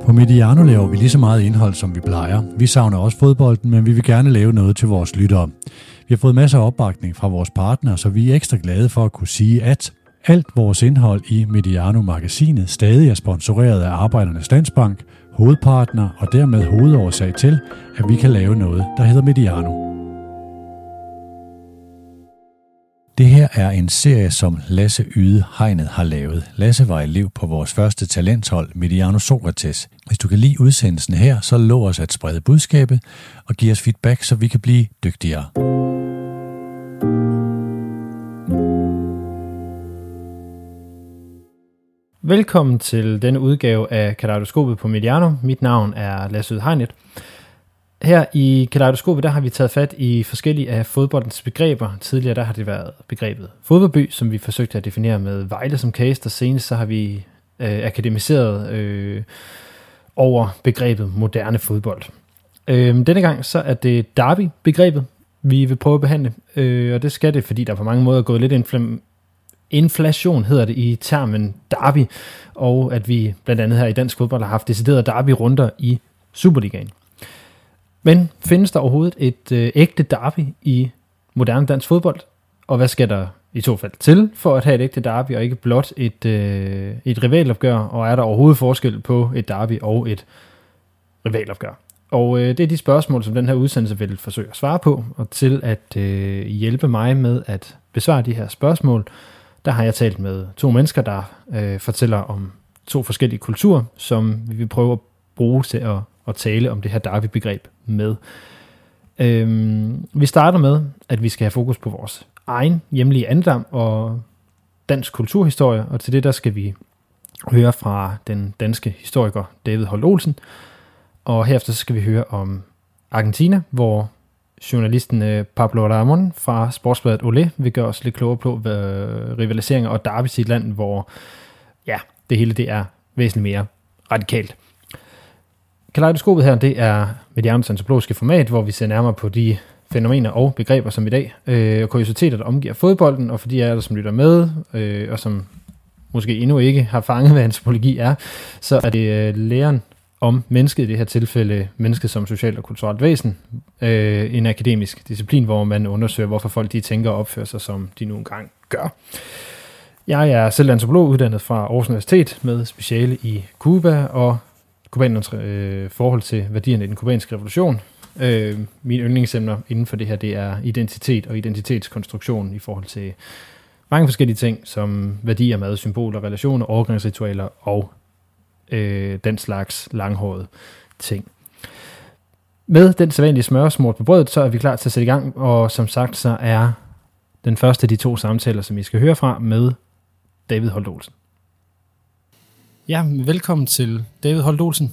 På Mediano laver vi lige så meget indhold, som vi plejer. Vi savner også fodbolden, men vi vil gerne lave noget til vores lyttere. Vi har fået masser af opbakning fra vores partnere, så vi er ekstra glade for at kunne sige, at alt vores indhold i Mediano-magasinet stadig er sponsoreret af Arbejdernes Landsbank, hovedpartner og dermed hovedårsag til, at vi kan lave noget, der hedder Mediano. Det her er en serie, som Lasse Yde Hegnet har lavet. Lasse var elev på vores første talenthold, Mediano Sokrates. Hvis du kan lide udsendelsen her, så lov os at sprede budskabet og give os feedback, så vi kan blive dygtigere. Velkommen til denne udgave af Kaleidoskopet på Mediano. Mit navn er Lasse Yde Hegnet. Her i Kaleidoskopet, der har vi taget fat i forskellige af fodboldens begreber. Tidligere der har det været begrebet fodboldby, som vi forsøgte at definere med Vejle som case, og senest så har vi akademiseret over begrebet moderne fodbold. Denne gang så er det derby-begrebet, vi vil prøve at behandle, og det skal det, fordi der på mange måder er gået lidt inflation, hedder det i termen derby, og at vi blandt andet her i dansk fodbold har haft deciderede derby-runder i Superligaen. Men findes der overhovedet et ægte derby i moderne dansk fodbold? Og hvad skal der i så fald til for at have et ægte derby, og ikke blot et rivalopgør? Og er der overhovedet forskel på et derby og et rivalopgør? Og det er de spørgsmål, som den her udsendelse vil forsøge at svare på. Og til at hjælpe mig med at besvare de her spørgsmål, der har jeg talt med to mennesker, der fortæller om to forskellige kulturer, som vi vil prøve at bruge til at tale om det her derby-begreb med. Vi starter med, at vi skal have fokus på vores egen hjemlige andedam og dansk kulturhistorie, og til det der skal vi høre fra den danske historiker David Holt Olsen, og herefter så skal vi høre om Argentina, hvor journalisten Pablo Ramón fra sportsbladet Olé vil gøre os lidt klogere på rivaliseringer og derbys i et land, hvor det hele det er væsentligt mere radikalt. Kaleidoskopet her, det er Medianos antropologiske format, hvor vi ser nærmere på de fænomener og begreber som i dag, og kuriositeter, der omgiver fodbolden, og for de af jer, som lytter med, og som måske endnu ikke har fanget, hvad antropologi er, så er det læren om mennesket, i det her tilfælde mennesket som socialt og kulturelt væsen, en akademisk disciplin, hvor man undersøger, hvorfor folk de tænker og opfører sig, som de nu engang gør. Jeg er selv antropolog, uddannet fra Aarhus Universitet, med speciale i Cuba og kubanernes forhold til værdierne i den kubanske revolution. Mine yndlingsemner inden for det her, det er identitet og identitetskonstruktion i forhold til mange forskellige ting, som værdier, mad, symboler, relationer, overgangsritualer og den slags langhårede ting. Med den sædvanlige smøresmurt på brødet, så er vi klar til at sætte i gang, og som sagt, så er den første af de to samtaler, som I skal høre fra, med David Holt Olsen. Ja, velkommen til David Holt Olsen.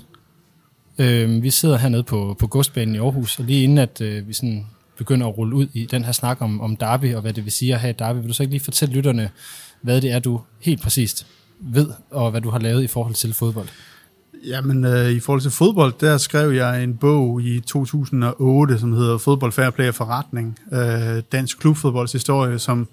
Vi sidder hernede på godsbanen i Aarhus, og lige inden at vi sådan begynder at rulle ud i den her snak om derby, og hvad det vil sige at have et derby, vil du så ikke lige fortælle lytterne, hvad det er, du helt præcist ved, og hvad du har lavet i forhold til fodbold? Jamen, i forhold til fodbold, der skrev jeg en bog i 2008, som hedder Fodbold, Fair Play og Forretning. Dansk klubfodbolds historie, som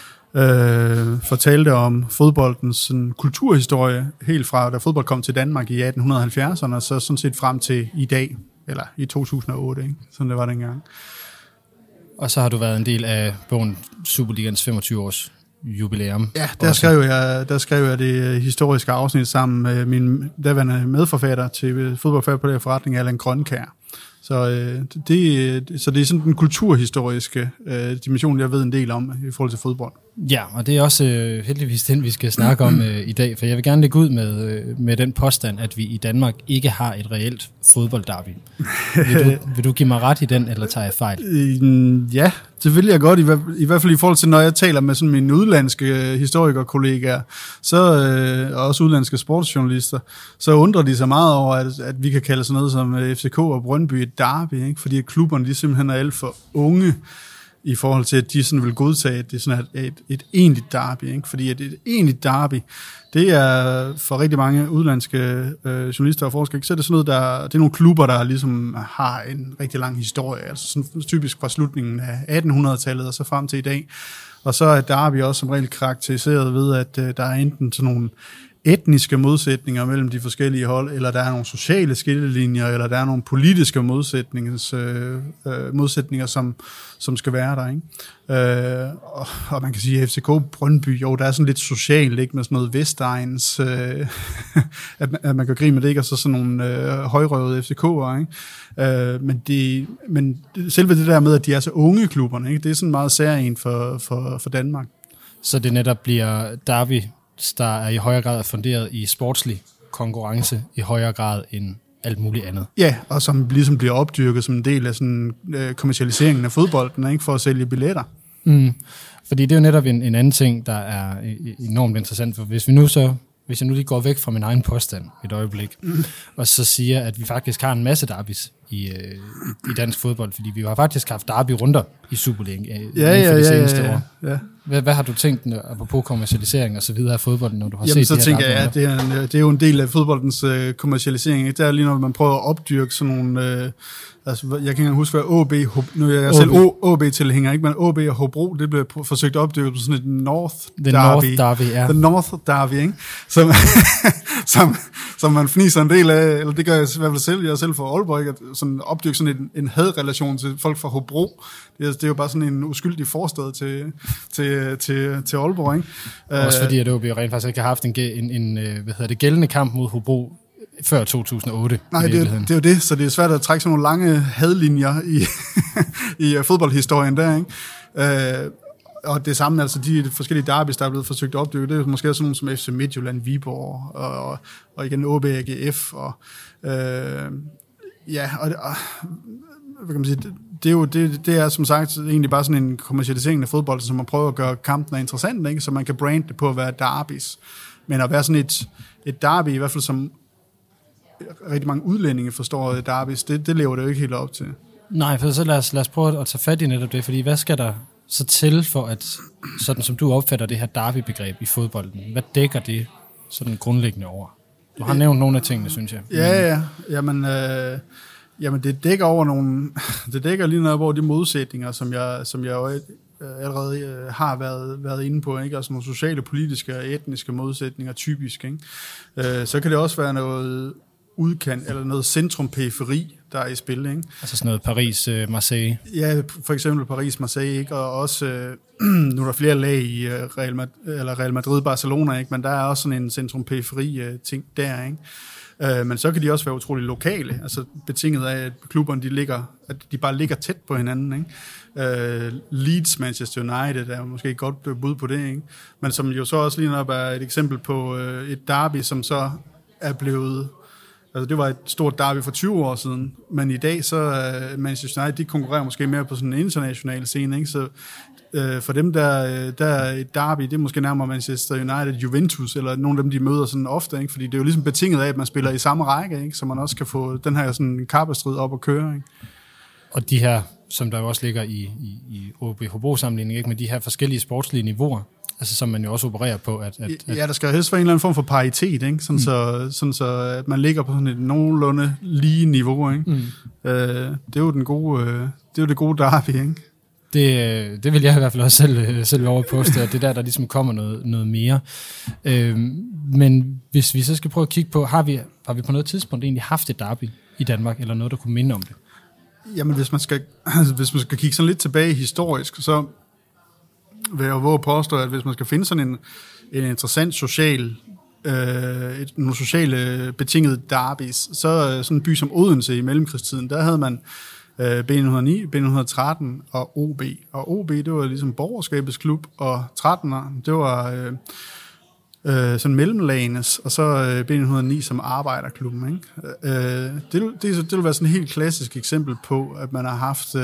fortalte om fodboldens sådan, kulturhistorie, helt fra da fodbold kom til Danmark i 1870'erne, og så sådan set frem til i dag, eller i 2008, ikke? Sådan det var dengang. Og så har du været en del af bogen Superligans 25-års jubilæum. Ja, der skrev jeg det historiske afsnit sammen med min daværende medforfatter til Fodbold, Fair Play og Forretning, Allan Grønkjær. Så det er sådan den kulturhistoriske dimension, jeg ved en del om i forhold til fodbold. Ja, og det er også heldigvis den, vi skal snakke om i dag, for jeg vil gerne lægge ud med den påstand, at vi i Danmark ikke har et reelt fodboldderby. Vil du give mig ret i den, eller tager jeg fejl? Ja, det vil jeg godt, i hvert fald i forhold til, når jeg taler med sådan mine udlandske historikerkollegaer, så og også udlandske sportsjournalister, så undrer de sig meget over, at vi kan kalde sådan noget som FCK og Brøndby et derby, ikke? Fordi klubberne de simpelthen er alt for unge i forhold til, at de sådan vil godtage, at det sådan er et egentligt derby, ikke? Fordi at et egentligt derby, det er for rigtig mange udlandske journalister og forskere, så er det sådan noget, det er nogle klubber, der ligesom har en rigtig lang historie, altså sådan typisk fra slutningen af 1800-tallet og så frem til i dag. Og så er derby også som regel karakteriseret ved, at der er enten sådan nogle etniske modsætninger mellem de forskellige hold, eller der er nogle sociale skillelinjer, eller der er nogle politiske modsætninger, som skal være der, ikke? Og man kan sige, at FCK Brøndby, jo, der er sådan lidt socialt, ikke, med sådan noget Vestegns, at man kan grine med det, ikke, og så sådan nogle højrøvede FCK'ere, ikke? Men selve det der med, at de er så unge klubberne, ikke, det er sådan meget særligt for Danmark. Så det netop bliver derby, der er i højere grad funderet i sportslig konkurrence, i højere grad end alt muligt andet. Ja, og som ligesom bliver opdyrket som en del af sådan kommercialiseringen af fodbolden, ikke, for at sælge billetter. Fordi det er jo netop en anden ting, der er enormt interessant, for hvis jeg nu lige går væk fra min egen påstand et øjeblik, og så siger, at vi faktisk har en masse derbys i dansk fodbold, fordi vi har faktisk haft derby-runder i Superligaen for de seneste år. Ja. Hvad har du tænkt, apropos kommercialisering og så videre af fodbolden, når du har set så de her tænker jeg, det er jo en del af fodboldens kommercialisering. Ikke? Det er lige, når man prøver at opdyrke sådan nogle... jeg kan ikke engang huske, hvad OB... Nu er jeg selv OB-tilhænger, ikke? Men OB og Hobro, det blev forsøgt opdyrket på sådan et North Derby, ja. The North Derby, ikke? Som man fniser en del af, eller det gør jeg i hvert fald selv. Jeg er selv fra Aalborg, ikke? At sådan opdyrke sådan en hadrelation til folk fra Hobro. Det er jo bare sådan en uskyldig forstad til Aalborg, ikke? Også fordi, at OB rent faktisk ikke har haft en gældende kamp mod Hobro før 2008. Nej, det er jo det, så det er svært at trække sådan nogle lange hadlinjer i fodboldhistorien der, ikke? Og det samme, altså de forskellige derbys, der er blevet forsøgt at opdyrke, det er måske sådan nogle som FC Midtjylland, Viborg, og igen OB, AGF, og hvad kan man sige, det er som sagt egentlig bare sådan en kommercialisering af fodbold, som man prøver at gøre kampen interessant, ikke? Så man kan brande det på at være derbys. Men at være sådan et derby, i hvert fald som rigtig mange udlændinge forstår derbys, det lever det jo ikke helt op til. Nej, for så lad os prøve at tage fat i netop det, fordi hvad skal der så til for at, sådan som du opfatter det her derby-begreb i fodbolden, hvad dækker det sådan grundlæggende over? Du har nævnt nogle af tingene, synes jeg. Ja. Jamen det dækker over det dækker lige noget over de modsætninger, som jeg jo allerede har været inde på, ikke? Altså nogle sociale, politiske og etniske modsætninger, typisk, ikke? Så kan det også være noget udkant, eller noget centrum-periferi, der er i spil, ikke? Altså sådan noget Paris-Marseille. Ja, for eksempel Paris-Marseille, ikke? Og også, nu er der flere lag i Real Madrid-Barcelona, ikke? Men der er også sådan en centrum-periferi-ting der, ikke? Men så kan de også være utrolig lokale, altså betinget af, at klubberne de bare ligger tæt på hinanden, ikke? Leeds, Manchester United er måske et godt bud på det, ikke? Men som jo så også lige nok er et eksempel på et derby, som så er blevet... Altså det var et stort derby for 20 år siden, men i dag så Manchester United, de konkurrerer måske mere på sådan en international scene, ikke? Så for dem, der er et derby, det er måske nærmere Manchester United, Juventus, eller nogle af dem, de møder sådan ofte, ikke? Fordi det er jo ligesom betinget af, at man spiller i samme række, ikke? Så man også kan få den her sådan kappestrid op at køre, ikke? Og de her, som der jo også ligger i OB Hobro-sammenligning, ikke? Med de her forskellige sportslige niveauer, altså som man jo også opererer på. At ja, der skal helst være en eller anden form for paritet, ikke? Sådan så at man ligger på sådan et nogenlunde lige niveau, ikke? Det er jo det gode derby, ikke? Det vil jeg i hvert fald også selv overpåstå, at det der ligesom kommer noget mere. Men hvis vi så skal prøve at kigge på, har vi på noget tidspunkt egentlig haft et derby i Danmark, eller noget, der kunne minde om det? Jamen, hvis man skal kigge sådan lidt tilbage historisk, så vil jeg våge at påstå, at hvis man skal finde sådan en interessant nogle sociale betingede derbys, så sådan en by som Odense i mellemkrigstiden, der havde man B109, B113 og OB. Og OB, det var ligesom borgerskabets klub, og 13'eren, det var sådan mellemlagenes, og så B109 som arbejderklubben, ikke? Det vil være sådan et helt klassisk eksempel på, at man har haft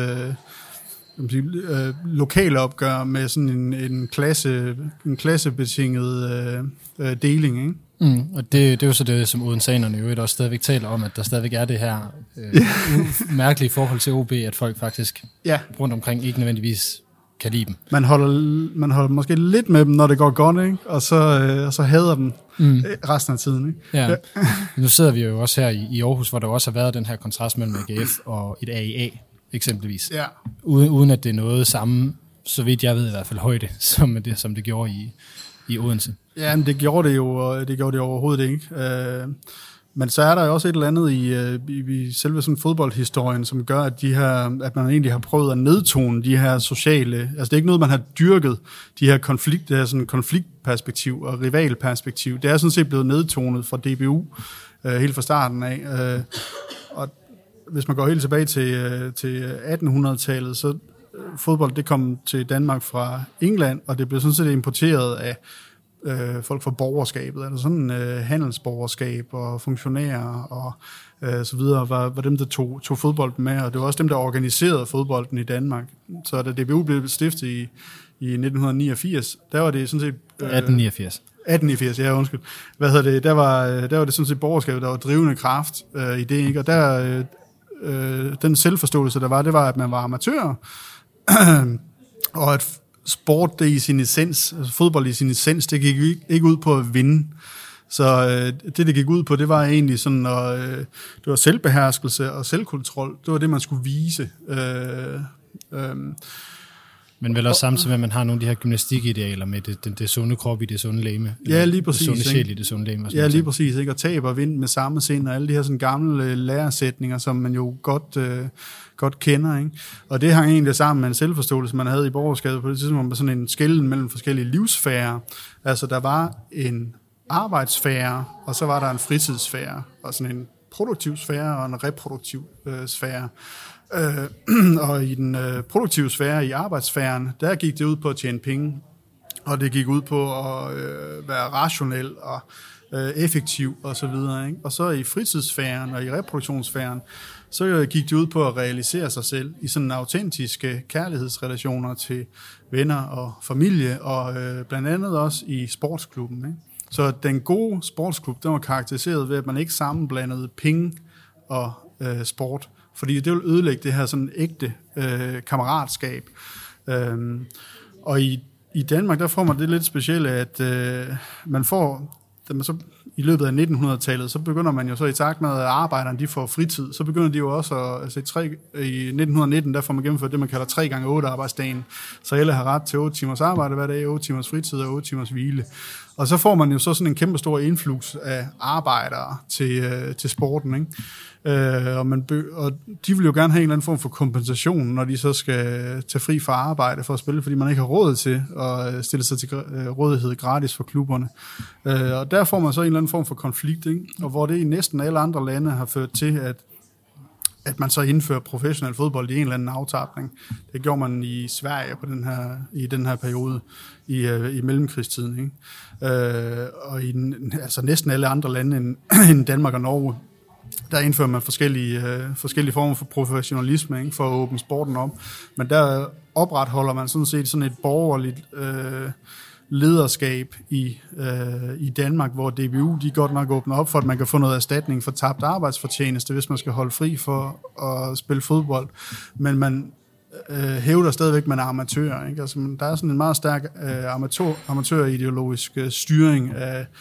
lokale opgør med sådan en klassebetinget deling, ikke? Og det er jo så det, som odenseanerne jo også stadigvæk taler om, at der stadigvæk er det her mærkelige forhold til OB, at folk faktisk rundt omkring ikke nødvendigvis kan lide dem. Man holder måske lidt med dem, når det går godt, ikke? Og så hader dem resten af tiden, ikke? Ja. Nu sidder vi jo også her i Aarhus, hvor der også har været den her kontrast mellem AGF og et AIA, eksempelvis. Ja. Uden at det er noget samme, så vidt jeg ved i hvert fald højde, som det gjorde i Odense. Ja, men det gjorde det overhovedet ikke. Men så er der jo også et eller andet i selve sådan fodboldhistorien, som gør, at man egentlig har prøvet at nedtone de her sociale, altså det er ikke noget, man har dyrket, det her sådan konfliktperspektiv og rivalperspektiv. Det er sådan set blevet nedtonet fra DBU helt fra starten af. Og hvis man går helt tilbage til 1800-tallet, så fodbold det kom til Danmark fra England, og det blev sådan set importeret af folk fra borgerskabet, altså sådan handelsborgerskab og funktionærer og så videre, var dem, der tog fodbolden med, og det var også dem, der organiserede fodbolden i Danmark. Så da DBU blev stiftet i 1989, der var det sådan set... 1889, ja, undskyld. Der var det sådan set borgerskabet, der var drivende kraft i det, ikke? Og der, den selvforståelse, der var, det var, at man var amatør, og at sport, det i sin essens, altså fodbold i sin essens, det gik ikke ud på at vinde. Så det gik ud på, det var egentlig sådan, det var selvbeherskelse og selvkontrol. Det var det, man skulle vise. Men vel også samtidig med, at man har nogle af de her gymnastikidealer med det sunde krop i det sunde legeme. Ja, lige præcis. Det sunde sjæl i det sunde legeme. Ja, lige præcis. Ikke? Og tab og vind med samme sind, og alle de her sådan gamle læresætninger, som man jo godt kender. Ikke? Og det hang egentlig sammen med en selvforståelse, man havde i borgerskabet på det tidspunkt, med sådan en skelnen mellem forskellige livssfærer. Altså, der var en arbejdssfære, og så var der en fritidssfære, og sådan en produktiv sfære og en reproduktiv sfære. Og i den produktive sfære, i arbejdssfæren, der gik det ud på at tjene penge, og det gik ud på at være rationel og effektiv og så videre, ikke? Og så i fritidssfæren og i reproduktionssfæren, så gik det ud på at realisere sig selv i sådan autentiske kærlighedsrelationer til venner og familie, og blandt andet også i sportsklubben, ikke? Så den gode sportsklub, den var karakteriseret ved, at man ikke sammenblandede penge og sport, fordi det vil ødelægge det her sådan ægte kammeratskab. Og i Danmark, der får man det lidt specielle, at man får, så i løbet af 1900-tallet, så begynder man jo så i takt med, at arbejderne de får fritid, så begynder de jo også i 1919, der får man gennemført det, man kalder 3x8 arbejdsdagen, så alle har ret til 8 timers arbejde hver dag, 8 timers fritid og 8 timers hvile. Og så får man jo så sådan en kæmpe stor influx af arbejdere til sporten, ikke? Og de vil jo gerne have en eller anden form for kompensation, når de så skal tage fri fra arbejde for at spille, fordi man ikke har råd til at stille sig til rådighed gratis for klubberne. Og der får man så en eller anden form for konflikt, ikke? Og hvor det i næsten alle andre lande har ført til, at man så indfører professionel fodbold i en eller anden aftapning. Det gjorde man i Sverige i den her periode i mellemkrigstiden, ikke? Og altså næsten alle andre lande end Danmark og Norge, der indfører man forskellige former for professionalisme, ikke, for at åbne sporten op. Men der opretholder man sådan set sådan et borgerligt lederskab i Danmark, hvor DBU de godt nok åbner op for, at man kan få noget erstatning for tabt arbejdsfortjeneste, hvis man skal holde fri for at spille fodbold. Men man hævder stadigvæk, at man er amatør, ikke? Altså, der er sådan en meget stærk amatørideologisk styring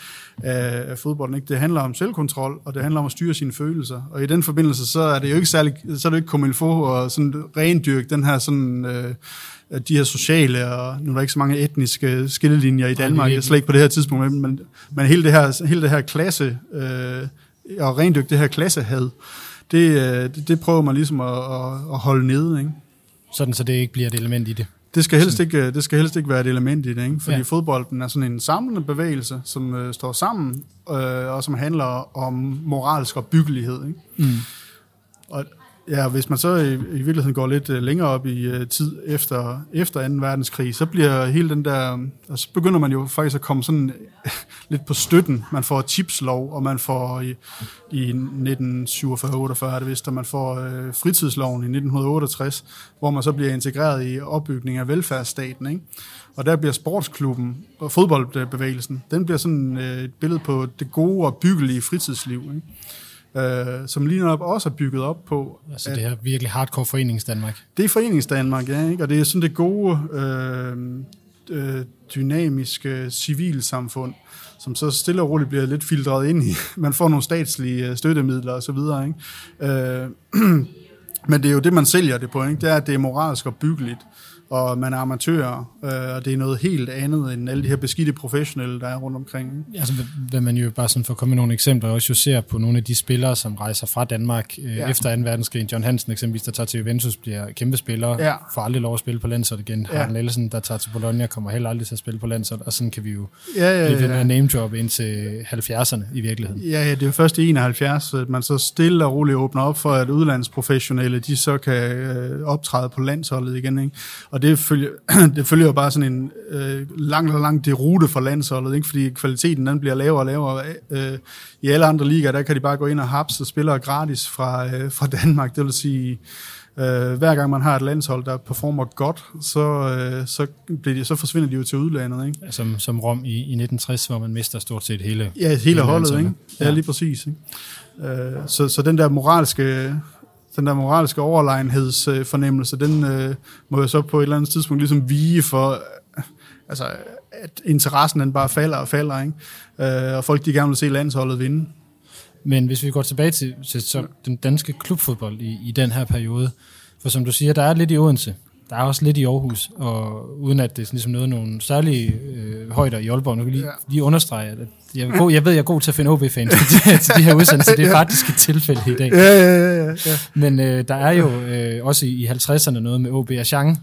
af fodbolden, ikke? Det handler om selvkontrol, og det handler om at styre sine følelser. Og i den forbindelse, så er det jo ikke særlig, så er det ikke comme il faut at sådan rendyrke den her sådan de her sociale, og nu er der ikke så mange etniske skillelinjer i Danmark, slet ikke på det her tidspunkt, men hele det her klasse, og rendyrke det her klassehad, det prøver man ligesom at holde nede, ikke? Sådan, så det ikke bliver et element i det. Det skal helst ikke være et element i det, ikke? Fordi fodbolden er sådan en samlende bevægelse, som står sammen, og som handler om moralsk opbyggelighed, ikke? Mm. Og ja, hvis man så i virkeligheden går lidt længere op i tid efter 2. verdenskrig, så bliver hele den der, og så begynder man jo faktisk at komme sådan lidt på støtten. Man får chipslov, og man får i 1947-48 er det vist, og man får fritidsloven i 1968, hvor man så bliver integreret i opbygningen af velfærdsstaten, ikke? Og der bliver sportsklubben og fodboldbevægelsen, den bliver sådan et billede på det gode og byggelige fritidsliv, ikke? Som lige nok også er bygget op på. Altså det her virkelig hardcore Foreningsdanmark. Det er Foreningsdanmark, ja, ikke? Og det er sådan det gode, dynamiske civilsamfund, som så stille og roligt bliver lidt filtreret ind i. Man får nogle statslige støttemidler og så videre, ikke? Men det er jo det, man sælger det på, ikke? Det er, at det er moralsk og byggeligt. og man er amatører, og det er noget helt andet end alle de her beskidte professionelle, der er rundt omkring. Altså, hvad man jo bare sådan for at komme med nogle eksempler, også jo ser på nogle af de spillere, som rejser fra Danmark efter 2. verdenskrig. John Hansen eksempelvis, der tager til Juventus, bliver kæmpe spiller, får aldrig lov at spille på landsholdet igen. Harald Nielsen, der tager til Bologna, kommer heller aldrig til at spille på landsholdet, og sådan kan vi jo blive ved med at name-drop ind til 70'erne i virkeligheden. Ja, det er jo først i 71, at man så stille og roligt åbner op for, at udlandsprofessionelle, de så kan optræde på landsholdet igen, ikke? Og det følger jo bare sådan en lang derute for landsholdet, ikke? Fordi kvaliteten den bliver lavere og lavere. I alle andre ligaer, der kan de bare gå ind og hapse spillere gratis fra Danmark. Det vil sige, hver gang man har et landshold, der performer godt, så forsvinder de jo til udlandet, ikke? Ja, som Rom i 1960, hvor man mister stort set hele holdet, ikke? Ja, lige præcis, ikke? Så den der moralske overlegenhedsfornemmelse, den må jo så på et eller andet tidspunkt ligesom vige for, altså, at interessen den bare falder og falder, ikke? Og folk de gerne vil se landsholdet vinde. Men hvis vi går tilbage til så den danske klubfodbold i den her periode, for som du siger, der er lidt i Odense, der er også lidt i Aarhus, og uden at det er ligesom nogle særlige højder i Aalborg, nu kan lige understrege, at jeg ved, jeg er god til at finde OB-fans til de her udsendelser, det er faktisk et tilfælde i dag. Ja. Men der er jo også i 50'erne noget med OB og Chang,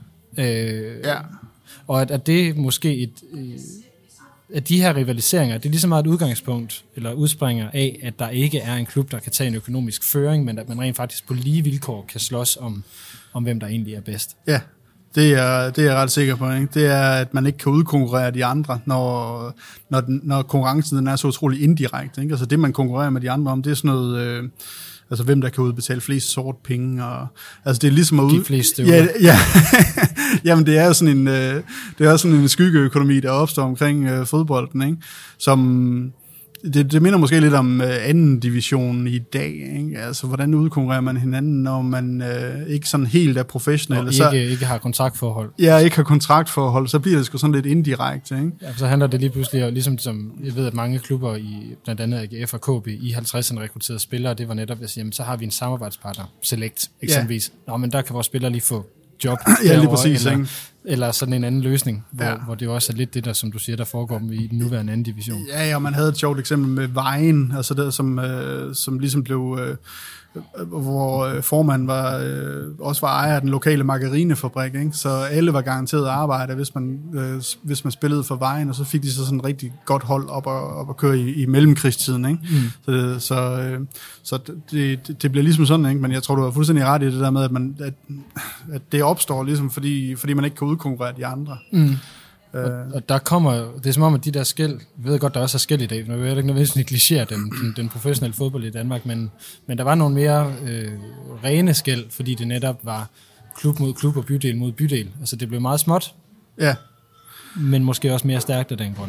og at det måske at de her rivaliseringer, det er lige så meget et udgangspunkt, eller udspringer af, at der ikke er en klub, der kan tage en økonomisk føring, men at man rent faktisk på lige vilkår kan slås om hvem der egentlig er bedst. Ja, det er jeg ret sikker på, ikke? Det er, at man ikke kan udkonkurrere de andre, når konkurrencen den er så utrolig indirekte, ikke? Altså det, man konkurrerer med de andre om, det er sådan noget... altså hvem der kan udbetale flest sort penge, og altså det er ligesom at de fleste støvler. Ja. Jamen det er jo sådan en skyggeøkonomi, der opstår omkring fodbolden, ikke? Som det minder måske lidt om anden division i dag, ikke? Altså hvordan udkonkurrerer man hinanden, når man ikke sådan helt er professionel, og ikke har kontraktforhold. Ja, ikke har kontraktforhold, så bliver det sgu sådan lidt indirekte, ikke? Ja, så handler det lige pludselig, ligesom som jeg ved, at mange klubber i blandt andet AGF og KB i 50'erne rekrutterede spillere, det var netop at sige, jamen, så har vi en samarbejdspartner, Select eksempelvis. Ja. Nå, men der kan vores spillere lige få job ja, lige præcis, eller sådan en anden løsning, hvor det også er lidt det der, som du siger, der foregår i den nuværende anden division. Ja, man havde et sjovt eksempel med Vejen, altså der, som ligesom blev, hvor formanden også var ejer af den lokale margarinefabrik, ikke? Så alle var garanteret arbejde, hvis man spillede for Vejen, og så fik de så sådan et rigtig godt hold op at køre i mellemkrigstiden, ikke? Så det bliver ligesom sådan, ikke? Men jeg tror, du har fuldstændig ret i det der med, at det opstår ligesom, fordi man ikke kan udkonkurrere de andre. Og der kommer, det er som om, at de der skel, jeg ved godt, der også er skel i dag, men jeg vil ikke nødvendigvis negligere den professionelle fodbold i Danmark, men der var nogle mere rene skel, fordi det netop var klub mod klub og bydel mod bydel. Altså det blev meget småt, men måske også mere stærkt af den grund.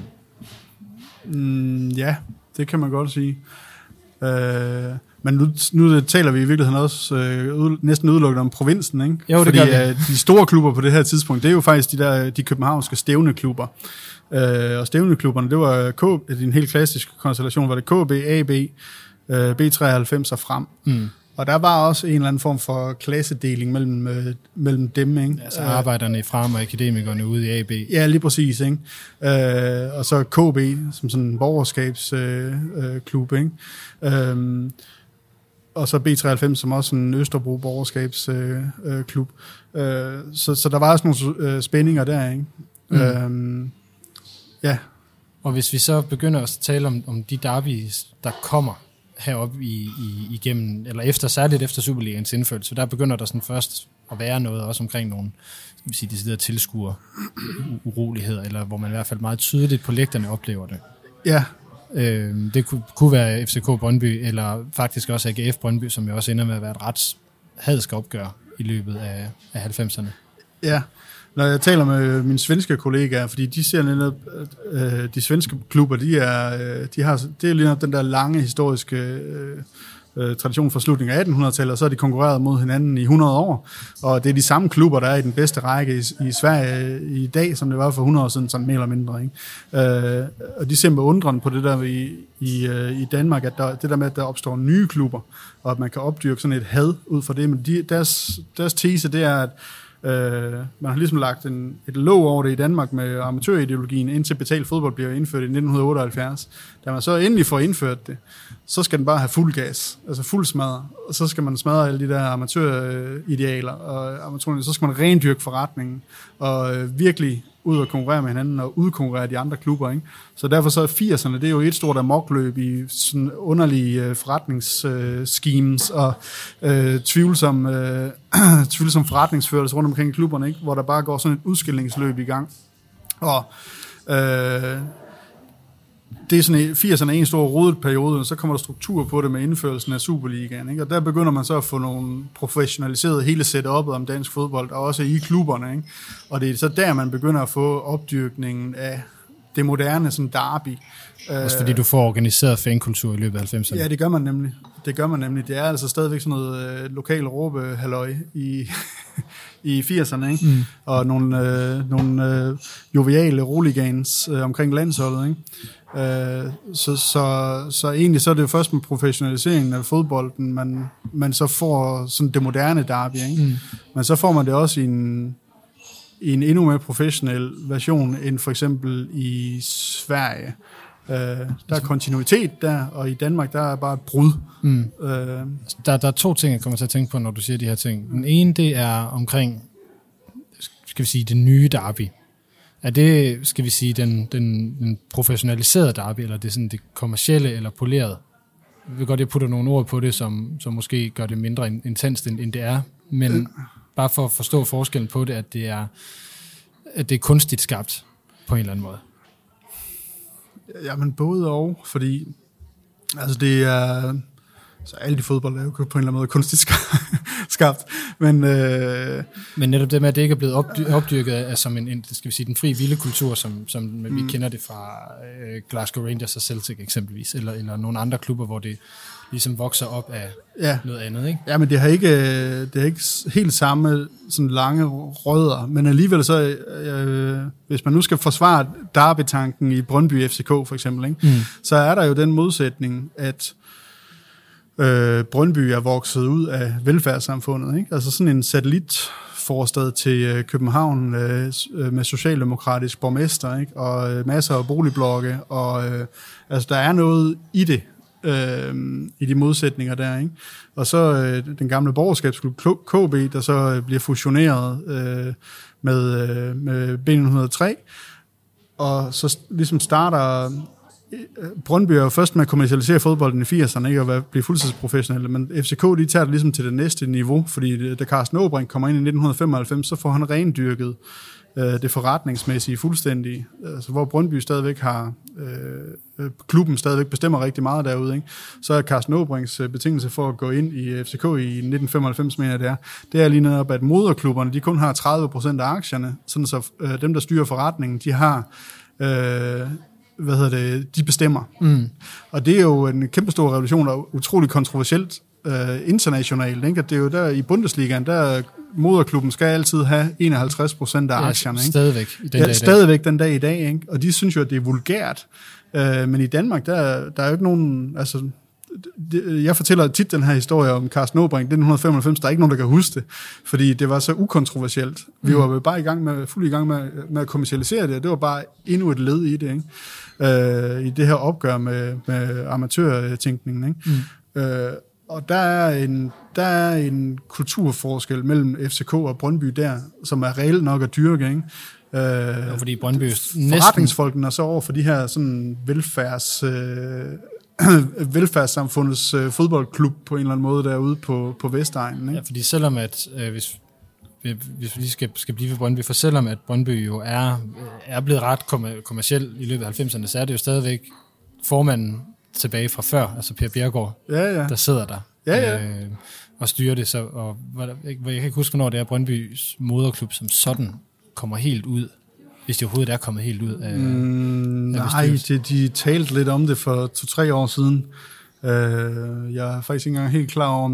Ja, det kan man godt sige. Men nu taler vi i virkeligheden også næsten udelukkende om provinsen, ikke? Jo, det fordi de store klubber på det her tidspunkt, det er jo faktisk de københavnske stævneklubber. Og stævneklubberne, det var en helt klassisk konstellation, var det KB, AB, B93 og frem. Og der var også en eller anden form for klassedeling mellem dem, ikke? Altså arbejderne i frem og akademikerne ude i AB. Ja, lige præcis, ikke? Og så KB som sådan en borgerskabsklub, ikke? Og så B93 som også en Østerbro borgerskabsklub. Så der var også nogle spændinger der, ikke? Ja. Og hvis vi så begynder at tale om de derbys, der kommer heroppe igennem, eller særligt efter Superligaens indførelse, der begynder der sådan først at være noget også omkring nogle, skal vi sige, deciderede tilskuere uroligheder, eller hvor man i hvert fald meget tydeligt på lægterne oplever det. Ja. Det kunne være FCK Brøndby, eller faktisk også AGF Brøndby, som jo også ender med at være et ret hadsk opgør i løbet af 90'erne. Ja, når jeg taler med mine svenske kollegaer, fordi de ser netop, de svenske klubber, det er lige den der lange historiske tradition fra slutningen af 1800-tallet, og så har de konkurreret mod hinanden i 100 år, og det er de samme klubber, der er i den bedste række i Sverige i dag, som det var for 100 år siden, sådan mere eller mindre, ikke? Og de ser med undren på det der i Danmark, at det der med, at der opstår nye klubber, og at man kan opdyrke sådan et had ud fra det, men deres tese, det er, Man har ligesom lagt et låg over det i Danmark med amatørideologien, indtil betalt fodbold bliver indført i 1978. Da man så endelig får indført det, så skal den bare have fuld gas, altså fuld smadre, og så skal man smadre alle de der amatøridealer, og amatørerne, så skal man rendyrke forretningen, og virkelig ud og konkurrere med hinanden, og udkonkurrere de andre klubber, ikke? Så derfor så er 80'erne, det er jo et stort amokløb i sådan underlige forretningsschemes, og tvivlsom forretningsførelse rundt omkring i klubberne, ikke? Hvor der bare går sådan et udskillingsløb i gang. Og det er sådan 80'erne en stor rodet periode, og så kommer der struktur på det med indførelsen af Superligaen, ikke? Og der begynder man så at få nogle professionaliseret hele setup'et om dansk fodbold, og også i klubberne, ikke? Og det er så der, man begynder at få opdyrkningen af det moderne sådan derby. Også fordi du får organiseret fankultur i løbet af 90'erne. Ja, det gør man nemlig. Det er altså stadigvæk sådan noget lokal råbehalløj i 80'erne, ikke? Mm. Og nogle joviale roligans omkring landsholdet, ikke? Så egentlig så er det jo først med professionaliseringen af fodbolden, man så får sådan det moderne derby, ikke? Mm. Men så får man det også i en endnu mere professionel version end for eksempel i Sverige. Der er kontinuitet der, og i Danmark der er bare et brud. Mm. Der er to ting, jeg kommer til at tænke på, når du siger de her ting. Den ene, det er omkring, skal vi sige, det nye derby. Er det, skal vi sige, den professionaliserede derby, eller det sådan det kommercielle eller polerede? Jeg vil godt, jeg putter nogle ord på det, som måske gør det mindre intenst, end det er. Men bare for at forstå forskellen på det, at det er kunstigt skabt på en eller anden måde. Jamen både og, fordi altså det er så alt i fodbold er jo på en eller anden måde kunstigt skabt, men netop det med, at det ikke er blevet opdyrket af som en skal vi sige, den fri vilde kultur, som vi kender det fra Glasgow Rangers og Celtic eksempelvis, eller nogle andre klubber, hvor det ligesom vokser op af noget andet, ikke? Ja, men det har ikke helt samme sådan lange rødder, men alligevel så, hvis man nu skal forsvare derby-tanken i Brøndby FCK for eksempel, ikke? Så er der jo den modsætning, at Brøndby er vokset ud af velfærdssamfundet, ikke? Altså sådan en satellitforstad til København med socialdemokratisk borgmester, ikke? Og masser af boligblokke, og altså der er noget i det, i de modsætninger der, ikke? Og så den gamle borgerskabsklub KB, der så bliver fusioneret med B903, og så ligesom starter Brøndby er jo først med at kommercialisere fodbolden i 80'erne, ikke, og blive fuldtidsprofessionelle, men FCK, de tager det ligesom til det næste niveau, fordi da Carsten Åbrink kommer ind i 1995, så får han rendyrket det forretningsmæssige fuldstændig, altså hvor Brøndby stadigvæk har, klubben stadigvæk bestemmer rigtig meget derude, ikke? Så er Carsten Åbrinks betingelse for at gå ind i FCK i 1995, mener det er lige netop, at moderklubberne, de kun har 30% af aktierne, sådan så dem, der styrer forretningen, de har de bestemmer. Mm. Og det er jo en kæmpestor revolution, og utrolig kontroversielt internationalt, ikke? At det er jo der i Bundesligaen, der moderklubben skal altid have 51% af aktierne, ikke? Stadigvæk den dag i dag, ikke? Og de synes jo, at det er vulgært. Men i Danmark, der er jo ikke nogen, altså jeg fortæller tit den her historie om Carsten Åbrink 1995, der er ikke nogen, der kan huske det, fordi det var så ukontroversielt. Vi var bare fuld i gang med at kommercialisere det, og det var bare endnu et led i det, ikke? I det her opgør med amatørtænkningen, ikke? Og der er en kulturforskel mellem FCK og Brøndby der, som er reelt nok at dyrke, ikke? Fordi Brøndby forretningsfolkene er så over for de her sådan velfærdssamfundets fodboldklub på en eller anden måde derude på Vestegnen, ikke? Ja, fordi selvom at hvis vi skal blive ved Brøndby, for selvom at Brøndby jo er blevet ret kommerciel i løbet af 90'erne, så er det jo stadigvæk formanden tilbage fra før, altså Per Bjerregaard, der sidder der og styrer det. Så, og jeg kan ikke huske, hvornår det er Brøndbys moderklub som sådan kommer helt ud, hvis det overhovedet er kommet helt ud af nej, de talte lidt om det for 2-3 år siden. Jeg er faktisk ikke engang helt klar over,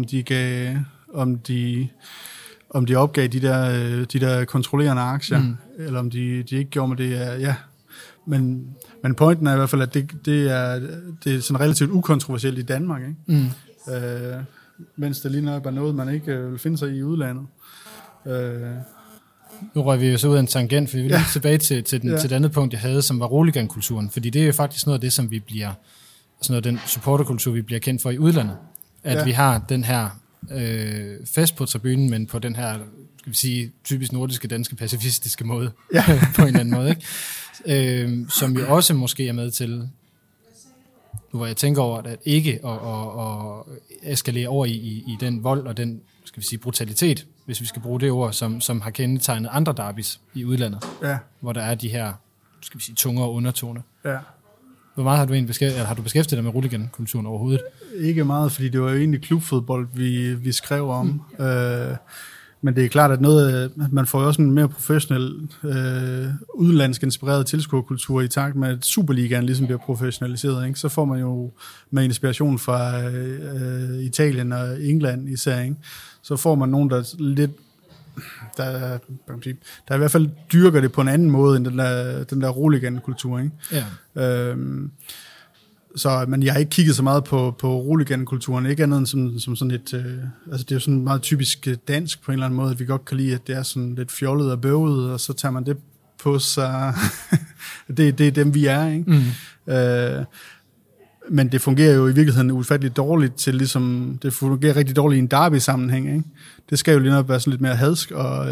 om de opgav de der kontrollerende aktier, eller om de ikke gjorde med det. Men pointen er i hvert fald, at det er sådan relativt ukontroversielt i Danmark, ikke? Mens det lige nok er noget, man ikke vil finde sig i udlandet. Nu røg vi jo så ud af en tangent, for vi vil lige tilbage til det andet punkt, jeg havde, som var roligan-kulturen. Fordi det er jo faktisk noget af det, som vi bliver, sådan noget den supporterkultur, vi bliver kendt for i udlandet. At vi har den her fest på tribunen, men på den her, skal vi sige, typisk nordiske, danske, pacifistiske måde, på en eller anden måde, ikke? Som jo også måske er med til, nu hvor jeg tænker over, at ikke at eskalere over i den vold og den, skal vi sige, brutalitet, hvis vi skal bruge det ord, som har kendetegnet andre derbys i udlandet, hvor der er de her, skal vi sige, tungere undertoner. Ja. Hvor meget har du beskæftiget dig med roligan-kulturen overhovedet? Ikke meget, fordi det var jo egentlig klubfodbold, vi skrev om. Men det er klart, at man får jo også en mere professionel, udenlandsk inspireret tilskuerkultur i takt med, at Superligaen ligesom bliver professionaliseret. Ikke? Så får man jo med inspiration fra Italien og England især. Ikke? Så får man nogen, der lidt... Der i hvert fald dyrker det på en anden måde end den der roligan-kultur, ikke? Ja. Men jeg har ikke kigget så meget på roligan-kulturen, ikke andet end som sådan et, altså det er jo sådan meget typisk dansk på en eller anden måde, at vi godt kan lide, at det er sådan lidt fjollet og bøvet, og så tager man det på sig. det er dem, vi er, ikke? Men det fungerer jo i virkeligheden ufatteligt dårligt til ligesom, det fungerer rigtig dårligt i en derby-sammenhæng, ikke? Det skal jo lige nok være sådan lidt mere hadsk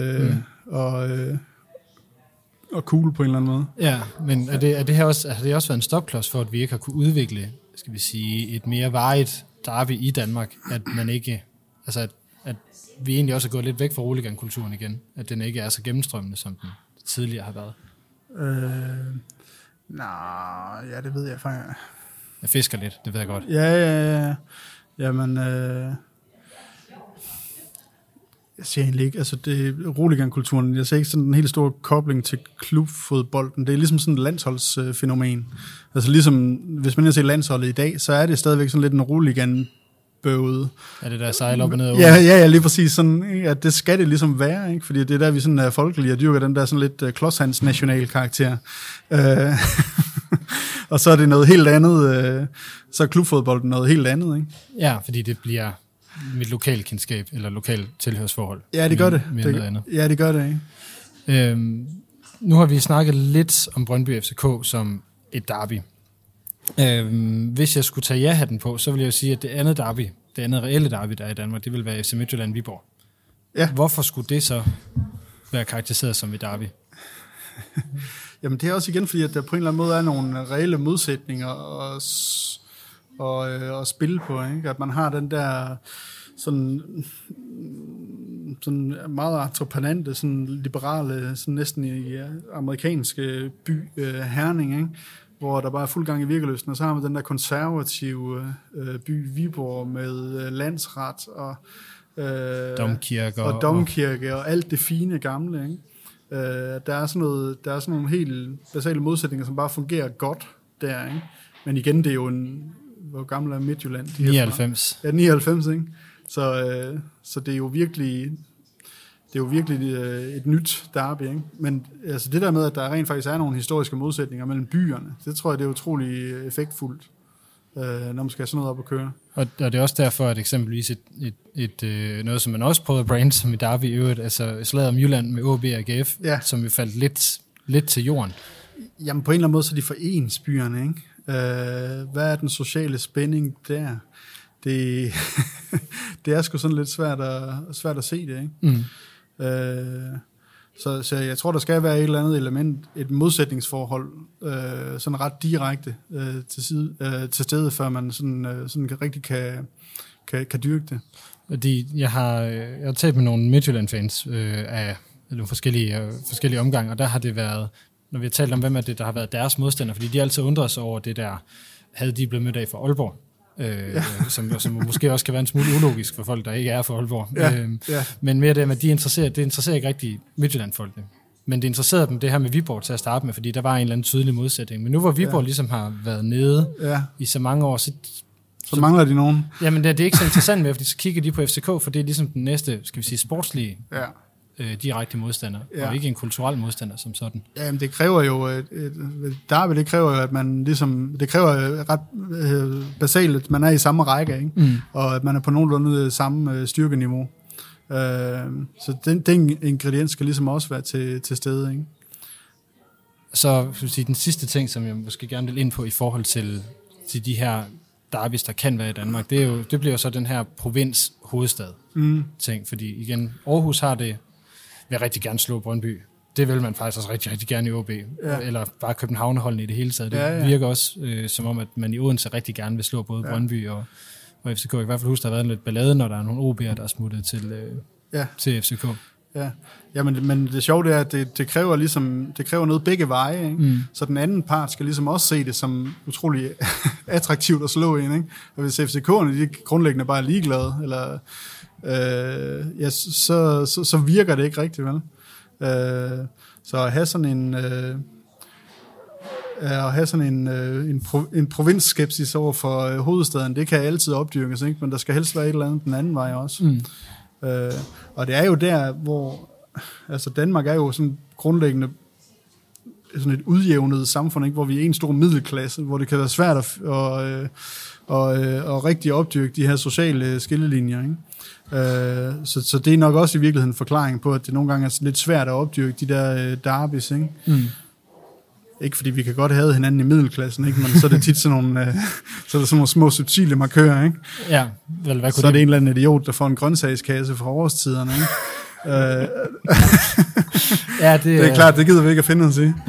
og cool på en eller anden måde. Ja, men har det også været en stopklods for, at vi ikke har kunne udvikle, skal vi sige, et mere varigt derby i Danmark, at man ikke, altså at vi egentlig også er gået lidt væk fra roligan-kulturen igen, at den ikke er så gennemstrømmende, som den tidligere har været? Ja, det ved jeg faktisk. Jeg fisker lidt, det ved jeg godt. Ja. Jamen, jeg ser egentlig ikke, altså det roligan-kulturen, jeg ser ikke sådan en helt stor kobling til klubfodbolden. Det er ligesom sådan et landsholdsfænomen. Altså ligesom, hvis man ser landsholdet i dag, så er det stadigvæk sådan lidt en roligan-bøvet. Ja, det der sejler op og ned over. Ja, lige præcis. Sådan, at det skal det ligesom være, ikke? Fordi det er der, vi sådan er folkelige og dyrker den der sådan lidt klodshands national karakter. Og så er det noget helt andet, så er klubfodbolden noget helt andet, ikke? Ja, fordi det bliver mit lokale kendskab, eller lokal tilhørsforhold. Ja, det gør det. Ja, det gør det, ikke? Nu har vi snakket lidt om Brøndby FCK som et derby. Hvis jeg skulle tage ja-hatten på, så vil jeg jo sige, at det andet reelle derby, der er i Danmark, det vil være FC Midtjylland-Viborg. Ja. Hvorfor skulle det så være karakteriseret som et derby? Jamen det er også igen, fordi at der på en eller anden måde er nogle reelle modsætninger og spille på, ikke? At man har den der sådan meget entreprenante, sådan liberale, sådan næsten i amerikanske by Herning, ikke? Hvor der bare er fuld gang i virkelysten, og så har man den der konservative by Viborg med landsret og domkirke og alt det fine gamle, ikke? Der er sådan nogle helt basale modsætninger, som bare fungerer godt der, ikke? Men igen, det er jo hvor gammel er Midtjylland? 99. Ja, 99, ikke? Så det er jo virkelig et nyt derby, ikke? Men altså det der med, at der rent faktisk er nogle historiske modsætninger mellem byerne, det tror jeg, det er utrolig effektfuldt, når man skal have sådan noget op at køre. Og det er også derfor, at eksempelvis noget, som man også prøvede at brande som i derby i øvrigt, altså slaget om Jylland med OB og AGF, som vi faldt lidt til jorden. Jamen på en eller anden måde, så er de for ens byerne, ikke? Hvad er den sociale spænding der? Det er sgu sådan lidt svært at se det, ikke? Mm. Så jeg tror, der skal være et eller andet element, et modsætningsforhold, sådan ret direkte til stedet, før man sådan rigtig kan dyrke det. Fordi jeg har talt med nogle Midtjylland-fans af nogle forskellige omgange, og der har det været, når vi har talt om, hvem er det, der har været deres modstander, fordi de altid undrer sig over det der, havde de blevet mødt af fra Aalborg, som måske også kan være en smule ulogisk for folk, der ikke er fra Aalborg. Men mere det med, at det interesserer ikke rigtig Midtjylland-folkene. Men det interesserede dem det her med Viborg til at starte med, fordi der var en eller anden tydelig modsætning. Men nu hvor Viborg ligesom har været nede i så mange år, så mangler de nogen. Jamen det er ikke så interessant med, fordi så kigger de på FCK, for det er ligesom den næste, skal vi sige, sportslige direkte modstander, og ikke en kulturel modstander som sådan. Jamen det kræver jo, derby, det kræver jo, at man ligesom, det kræver ret basalt, at man er i samme række, ikke? Mm. Og at man er på nogenlunde samme styrkeniveau. Så den ingrediens skal ligesom også være til stede, ikke? Så sige, den sidste ting, som jeg måske gerne vil ind på i forhold til de her derbys, der kan være i Danmark, det bliver jo så den her provins-hovedstad-ting, fordi igen, Aarhus har det, vil rigtig gerne slå Brøndby. Det vil man faktisk også rigtig, rigtig gerne i OB, eller bare Københavnerholdene i det hele taget. Det virker også som om, at man i Odense rigtig gerne vil slå både Brøndby og FCK. I hvert fald husk, der har været lidt ballade, når der er nogle OB'er, der er smuttet til FCK. Ja, men det sjove er, at det kræver noget begge veje, ikke? Så den anden part skal ligesom også se det som utrolig attraktivt at slå ind, ikke? Og hvis FCK'erne de grundlæggende bare er ligeglade, eller så virker det ikke rigtigt, vel? Så at have sådan en provinsskepsis over for hovedstaden, det kan altid opdyrkes, ikke? Men der skal helst være et eller andet den anden vej også. Og det er jo der, hvor altså Danmark er jo sådan grundlæggende sådan et udjævnet samfund, ikke? Hvor vi er en stor middelklasse, hvor det kan være svært at rigtig opdyrke de her sociale skillelinjer, ikke? Så det er nok også i virkeligheden en forklaring på, at det nogle gange er lidt svært at opdyrke de der derbys, ikke? Ikke fordi vi kan godt have hinanden i middelklassen, ikke? Men så er det tit sådan nogle, så er der sådan nogle små subtile markører, ikke? Ja, vel, hvad kunne så er det en eller anden idiot, der får en grøntsagskasse fra årstiderne, ikke? Ja, det er klart, det gider vi ikke at finde os i.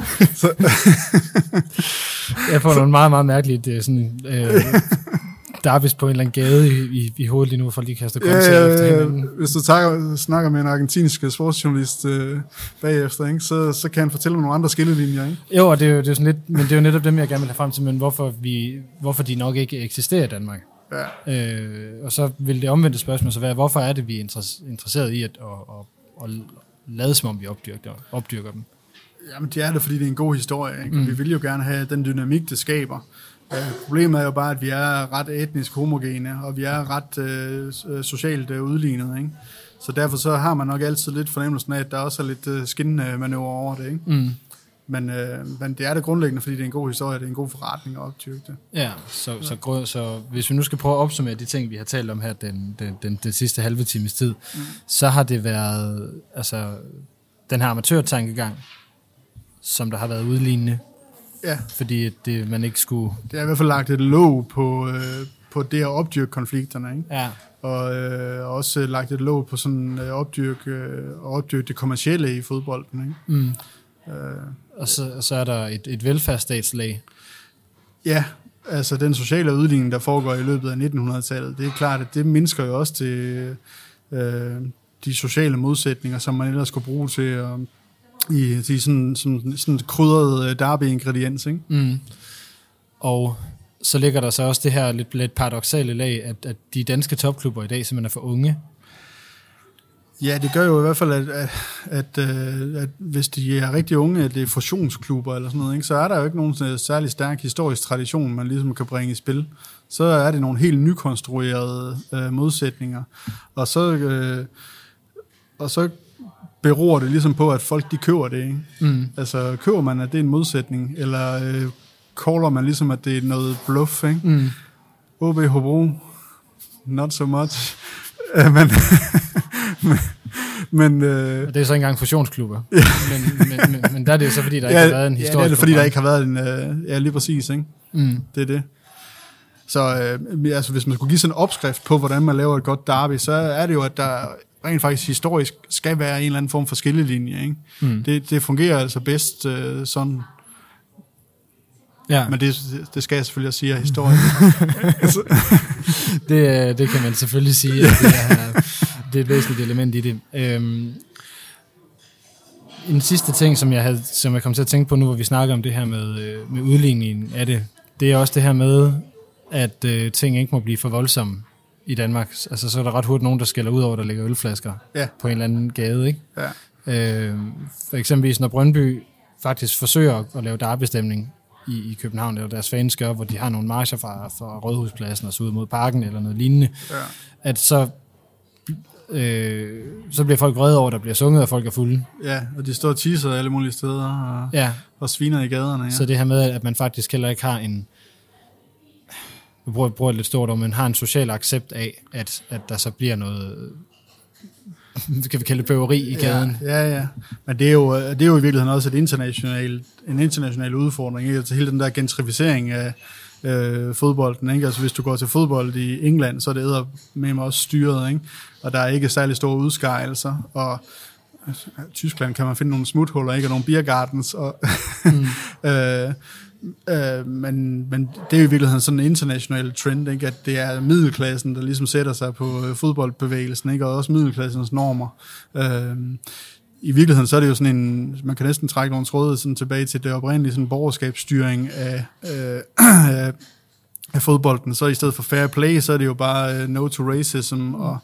Jeg får nogle meget, meget mærkelige sådan, derbys på en eller anden gade i hovedet lige nu, for lige kaster grøntsager efter hinanden. Hvis du snakker med en argentinsk sportsjournalist bagefter, ikke, så kan han fortælle om nogle andre skillelinjer, ikke? Jo, og det er jo sådan lidt, men det er jo netop dem, jeg gerne vil have frem til, men hvorfor de nok ikke eksisterer i Danmark. Ja. Og så vil det omvendte spørgsmål så være, hvorfor er det, vi er interesseret i at lade som om vi opdyrker dem? Jamen det er det, fordi det er en god historie, ikke? Vi vil jo gerne have den dynamik, det skaber. Problemet er jo bare, at vi er ret etnisk homogene, og vi er ret socialt udlignet, ikke? Så derfor så har man nok altid lidt fornemmelsen af, at der også er lidt skinmanøvre over det, ikke? Men det er det grundlæggende, fordi det er en god historie, det er en god forretning at opdyrke det. Ja, så hvis vi nu skal prøve at opsummere de ting, vi har talt om her den sidste halve times tid, så har det været altså den her amatørtankegang, som der har været udlignende. Ja. Fordi man ikke skulle... Det er i hvert fald lagt et låg på det at opdyrke konflikterne, ikke? Ja. Og også lagt et låg på sådan at opdyrke det kommercielle i fodbolden, ikke? Og så er der et velfærdsstatslag. Ja, altså den sociale udligning, der foregår i løbet af 1900-tallet, det er klart, at det mindsker jo også til de sociale modsætninger, som man ellers skulle bruge til i sådan krydret derby-ingrediens, ikke? Og så ligger der så også det her lidt paradoksale lag, at de danske topklubber i dag simpelthen er for unge. Ja, det gør jo i hvert fald, at hvis de er rigtig unge, at det er fusionsklubber eller sådan noget, ikke? Så er der jo ikke nogen særlig stærk historisk tradition, man ligesom kan bringe i spil. Så er det nogle helt nykonstruerede modsætninger. Og så beror det ligesom på, at folk de køber det, ikke? Altså køber man, at det er en modsætning, eller caller man ligesom, at det er noget bluff, ikke? OB Hobro, not so much. Men og det er så ikke engang fusionsklubber. men der er det jo så, fordi der ikke har været en historisk... Ja, det er det, fordi der ikke har været en... ja, lige præcis, ikke? Det er det. Så altså, hvis man skulle give sådan en opskrift på, hvordan man laver et godt derby, så er det jo, at der rent faktisk historisk skal være en eller anden form for skillelinje, ikke? Det fungerer altså bedst sådan... Ja. Men det skal jeg selvfølgelig også sige af historien. det kan man selvfølgelig sige, at det er et væsentligt element i det. En sidste ting, som jeg kom til at tænke på nu, hvor vi snakker om det her med udligningen af det er også det her med, at ting ikke må blive for voldsomme i Danmark. Altså så er der ret hurtigt nogen, der skælder ud over, der ligger ølflasker på en eller anden gade, ikke? Ja. For eksempelvis, når Brøndby faktisk forsøger at lave derbystemning i København, eller deres fans gør, hvor de har nogle marcher fra Rådhuspladsen og så ud mod parken, eller noget lignende, at så bliver folk vrede over, der bliver sunget, og folk er fulde. Ja, og de står og teaser alle mulige steder, og sviner i gaderne. Ja. Så det her med, at man faktisk heller ikke har en, jeg bruger et lidt stort ord, men har en social accept af, at der så bliver noget kan vi kalde det bøveri i gaden. Ja. Men det er jo i virkeligheden også en international udfordring, ikke? Altså hele den der gentrificering af fodbolden, ikke? Altså hvis du går til fodbold i England, så er det med mig også styret, ikke? Og der er ikke særlig store udskejelser, og Tyskland kan man finde nogle smuthuller, ikke? Og nogle beergardens, og men det er jo i virkeligheden sådan en international trend, ikke? At det er middelklassen, der ligesom sætter sig på fodboldbevægelsen, ikke? Og også middelklassens normer. I virkeligheden så er det jo sådan en, man kan næsten trække nogle tråde sådan tilbage til det oprindelige sådan borgerskabsstyring af fodbolden. Så i stedet for fair play, så er det jo bare no to racism og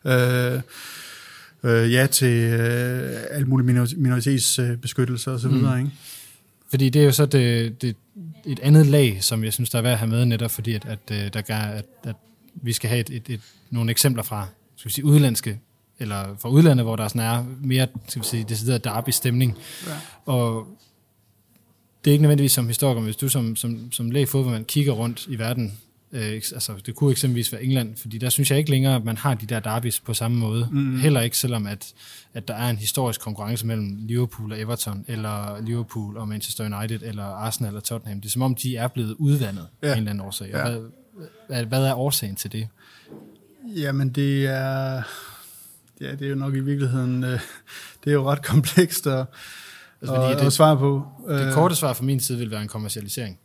ja til alt muligt minoritetsbeskyttelse og så videre, ikke? Fordi det er jo så et andet lag, som jeg synes, der er værd at have med netop, fordi at vi skal have nogle eksempler fra, skal vi sige, udlandske, eller fra udlandet, hvor der sådan er mere, skal vi sige, decideret derby-stemning. Ja. Og det er ikke nødvendigvis som historiker, men hvis du som læge fodboldmand kigger rundt i verden, altså det kunne eksempelvis være England, fordi der synes jeg ikke længere, at man har de der derbys på samme måde. Heller ikke, selvom at der er en historisk konkurrence mellem Liverpool og Everton, eller Liverpool og Manchester United, eller Arsenal og Tottenham. Det er som om, de er blevet udvandet af en eller anden årsag. Ja. Hvad er årsagen til det? Jamen det er jo nok i virkeligheden, det er jo ret komplekst at svare på. Det korte svar fra min side vil være en kommercialisering.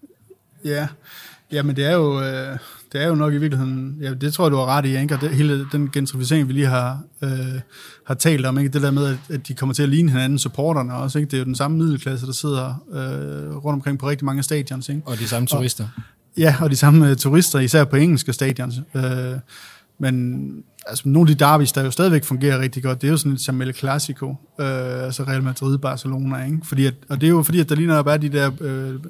Ja, men det er jo nok i virkeligheden, ja, det tror jeg, du har ret i, ikke? Og hele den gentrificering, vi lige har talt om, ikke? Det der med, at de kommer til at ligne hinanden, supporterne også, ikke? Det er jo den samme middelklasse, der sidder rundt omkring på rigtig mange stadions, ikke? Og de samme turister. Og de samme turister, især på engelske stadions. Men altså, nogle af de derbys, der jo stadigvæk fungerer rigtig godt, det er jo sådan et som El Clasico, altså Real Madrid, Barcelona, ikke? Og det er jo fordi, at der lige netop er de der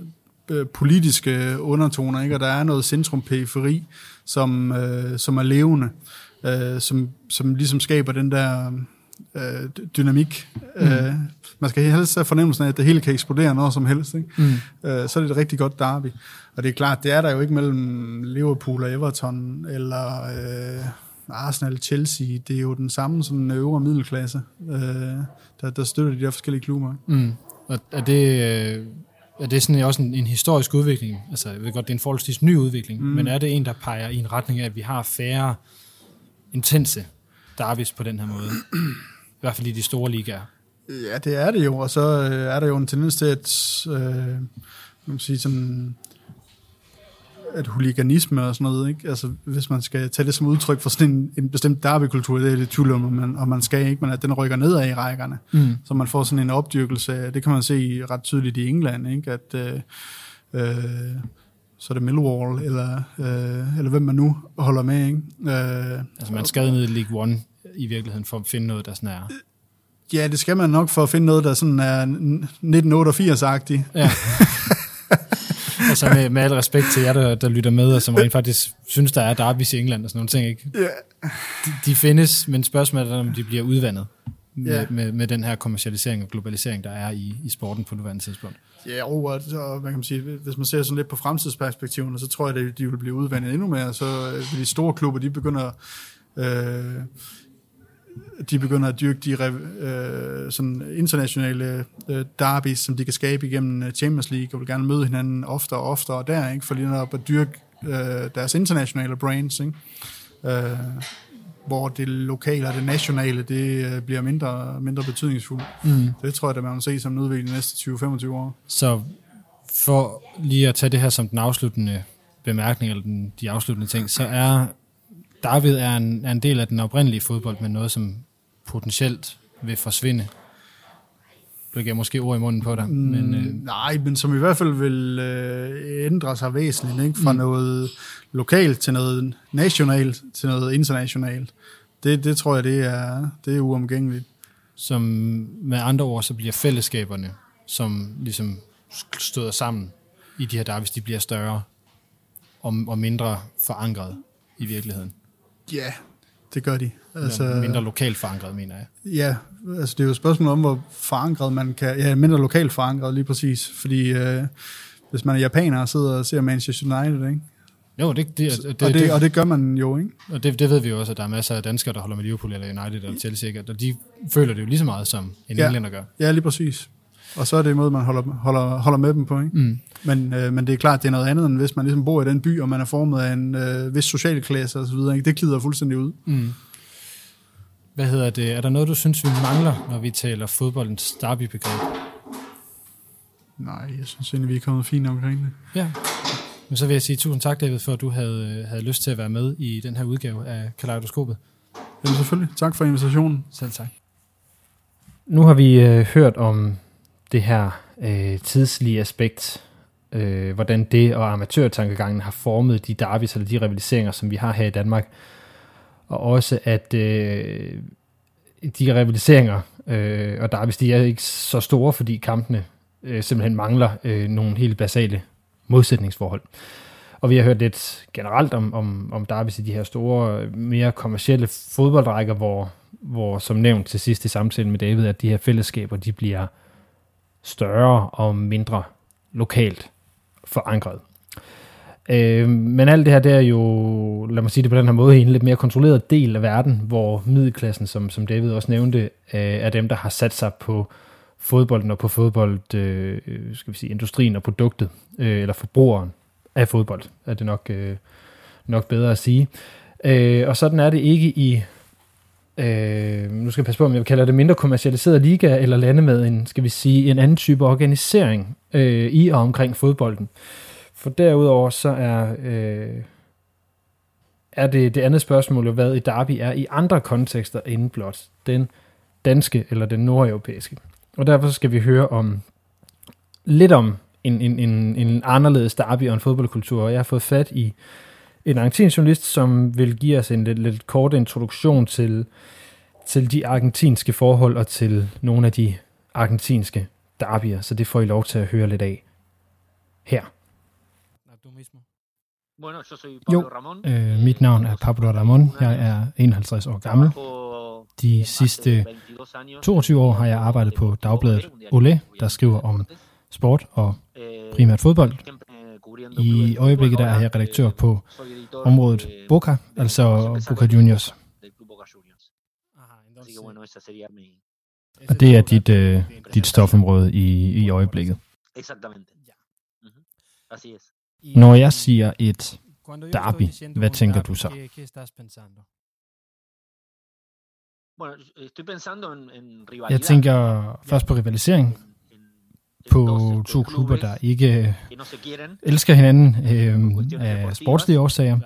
politiske undertoner, ikke? Og der er noget centrum-periferi, som er levende, som ligesom skaber den der dynamik. Man skal helst have fornemmelsen af, at det hele kan eksplodere noget som helst, ikke? Så er det et rigtig godt derby. Og det er klart, det er der jo ikke mellem Liverpool og Everton, eller Arsenal, Chelsea. Det er jo den samme sådan øvre middelklasse, der støtter de der forskellige klubber. Og er det sådan også en historisk udvikling? Altså, jeg ved godt, det er en forholdsvis ny udvikling, men er det en, der peger i en retning af, at vi har færre intense derbys på den her måde? I hvert fald i de store ligaer. Ja, det er det jo, og så er der jo en tendens til, at huliganisme og sådan noget, ikke? Altså, hvis man skal tage det som udtryk for sådan en bestemt derbykultur, det er lidt tvivl om, man skal ikke, men at den rykker nedad i rækkerne, så man får sådan en opdyrkelse. Det kan man se ret tydeligt i England, ikke? At så er det Millwall, eller hvem man nu holder med, ikke? Altså man skal ned i League One i virkeligheden for at finde noget, der sådan er... Ja, det skal man nok for at finde noget, der sådan er 1988-agtigt. Ja. Altså med al respekt til jer, der lytter med, og som rent faktisk synes, der er derbys i England og sådan nogle ting, ikke? Yeah. De findes, men spørgsmålet er, om de bliver udvandet med den her kommercialisering og globalisering, der er i sporten på nuværende tidspunkt. Ja, og man kan sige, hvis man ser sådan lidt på fremtidsperspektiverne, så tror jeg, at de vil blive udvandet endnu mere. Så de store klubber, de begynder at dyrke de sådan internationale derbys, som de kan skabe igennem Champions League, og vil gerne møde hinanden oftere og oftere der, ikke? For lige at dyrke deres internationale brands, ikke? Hvor det lokale og det nationale, det bliver mindre betydningsfuldt. Det tror jeg, at man vil se som en udvikling de næste 20-25 år. Så for lige at tage det her som den afsluttende bemærkning, eller de afsluttende ting, så er David er en del af den oprindelige fodbold, men noget, som potentielt vil forsvinde. Du giver måske ord i munden på dig. Nej, men som i hvert fald vil ændre sig væsentligt, ikke? Fra noget lokalt til noget nationalt til noget internationalt. Det tror jeg, det er uomgængeligt. Som med andre ord, så bliver fællesskaberne, som ligesom støder sammen i de her derbys, de bliver større og mindre forankret i virkeligheden. Ja, det gør de. Altså, mindre lokalt forankret, mener jeg. Ja, altså det er jo et spørgsmål om, hvor forankret man kan... Ja, mindre lokalt forankret, lige præcis. Fordi hvis man er japaner og sidder og ser Manchester United, ikke? Jo, og det gør man jo, ikke? Og det ved vi jo også, at der er masser af danskere, der holder med Liverpool eller United eller Chelsea, og de føler det jo lige så meget, som en englænder gør. Ja, lige præcis. Og så er det en måde, man holder med dem på, ikke? Mm. Men det er klart, det er noget andet, end hvis man ligesom bor i den by, og man er formet af en vis social klasse og så videre, ikke? Det glider fuldstændig ud. Mm. Hvad hedder det? Er der noget, du synes, vi mangler, når vi taler fodboldens derby-begreb? Nej, jeg synes egentlig, vi er kommet fint omkring det. Ja. Men så vil jeg sige tusind tak, David, for at du havde lyst til at være med i den her udgave af Kaleidoskopet. Jamen selvfølgelig. Tak for invitationen. Selv tak. Nu har vi hørt om det her tidslige aspekt, hvordan det og amatørtankegangen har formet de derbys eller de rivaliseringer, som vi har her i Danmark. Og også at de rivaliseringer og derbys, de er ikke så store, fordi kampene simpelthen mangler nogle helt basale modsætningsforhold. Og vi har hørt lidt generelt om derbys i de her store, mere kommercielle fodboldrækker, hvor som nævnt til sidst i samtalen med David, at de her fællesskaber, de bliver større og mindre lokalt forankret. Men alt det her, det er jo, lad mig sige det på den her måde, en lidt mere kontrolleret del af verden, hvor middelklassen, som David også nævnte, er dem, der har sat sig på fodbolden og på fodbold, skal vi sige, industrien og produktet, eller forbrugeren af fodbold, er det nok bedre at sige. Og sådan er det ikke i, nu skal jeg passe på, om jeg kalder det mindre kommercialiseret liga, eller lande med en, skal vi sige, en anden type organisering i og omkring fodbolden. For derudover så er det andet spørgsmål jo, hvad i derby er i andre kontekster end blot den danske eller den nordeuropæiske. Og derfor skal vi høre lidt om en anderledes derby og en fodboldkultur. Og jeg har fået fat i en argentinsk journalist, som vil give os en lidt kort introduktion til de argentinske forhold og til nogle af de argentinske derbyer. Så det får I lov til at høre lidt af her. Jo, mit navn er Pablo Ramon. Jeg er 51 år gammel. De sidste 22 år har jeg arbejdet på dagbladet Olé, der skriver om sport og primært fodbold. I øjeblikket der er jeg redaktør på området Boca, altså Boca Juniors. Og det er dit stofområde i øjeblikket. Når jeg siger et derby, hvad tænker du så? Jeg tænker først på rivalisering, på to klubber, der ikke elsker hinanden af sportslige årsager.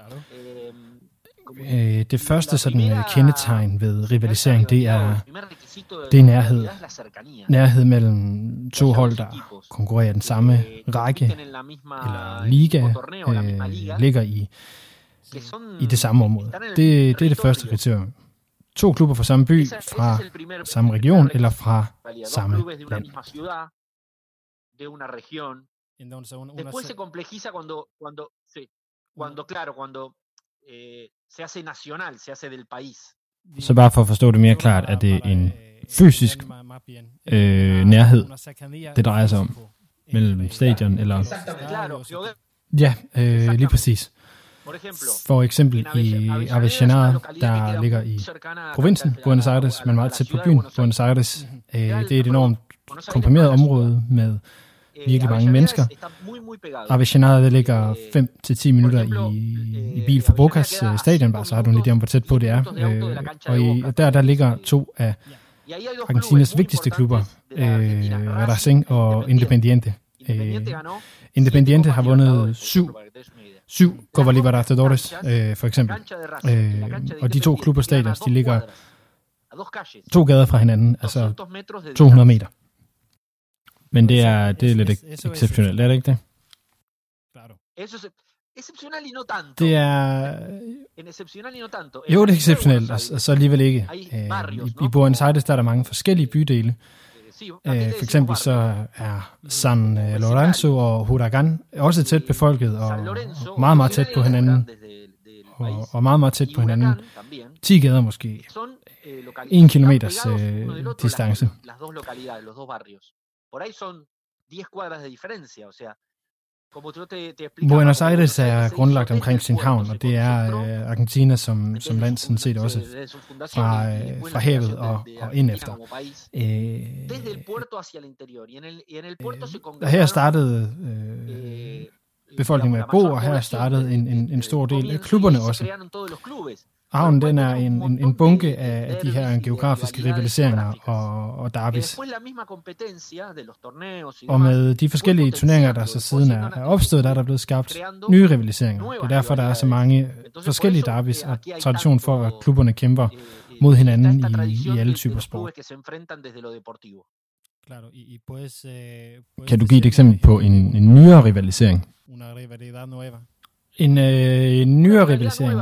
Det første sådan kendetegn ved rivalisering, det er nærhed. Nærhed mellem to hold, der konkurrerer i den samme række eller liga, ligger i det samme område. Det er det første kriterium. To klubber fra samme by, fra samme region eller fra samme land. De una región. Después se complejiza cuando se hace nacional, se hace del país. Så bare for at forstå det mere klart, er det en fysisk nærhed, det drejer sig om, mellem stadion eller... Ja, lige præcis. For eksempel i Avellaneda, der ligger i provinsen Buenos Aires, men meget tæt på byen Buenos Aires. Det er et enormt komprimeret område med virkelig mange mennesker. Avellaneda, det ligger 5-10 minutter i bil fra Bocas stadion, bare så har du en idé om, hvor tæt på det er. Og der ligger to af Argentinas vigtigste klubber, Racing og Independiente. Independiente har vundet 7 Copa Libertadores, for eksempel. Og de to klubber stadions, de ligger 2 gader fra hinanden, altså 200 meter. Men det er lidt exceptionelt, er det ikke det? Det er... Jo, det er exceptionelt, og så alligevel ikke. I Buenos Aires, der er der mange forskellige bydele. For eksempel så er San Lorenzo og Huracán også tæt befolket og meget, meget tæt på hinanden. Og meget, meget tæt på hinanden. 10 gader måske. 1 kilometers distance. Por ahí son 10 cuadras de diferencia, o sea, Buenos Aires er grundlagt omkring sin havn, og det er Argentina som land sådan set også fra havet og ind efter. Her startede befolkningen med at bo, og her startede en stor del af klubberne også. Havnen, den er en bunke af de her geografiske rivaliseringer og derbys. Og med de forskellige turneringer, der så siden er opstået, der er der blevet skabt nye rivaliseringer. Det er derfor, der er så mange forskellige derbys og tradition for, at klubberne kæmper mod hinanden i alle typer sport. Kan du give et eksempel på en nyere rivalisering? En nyere rivalisering.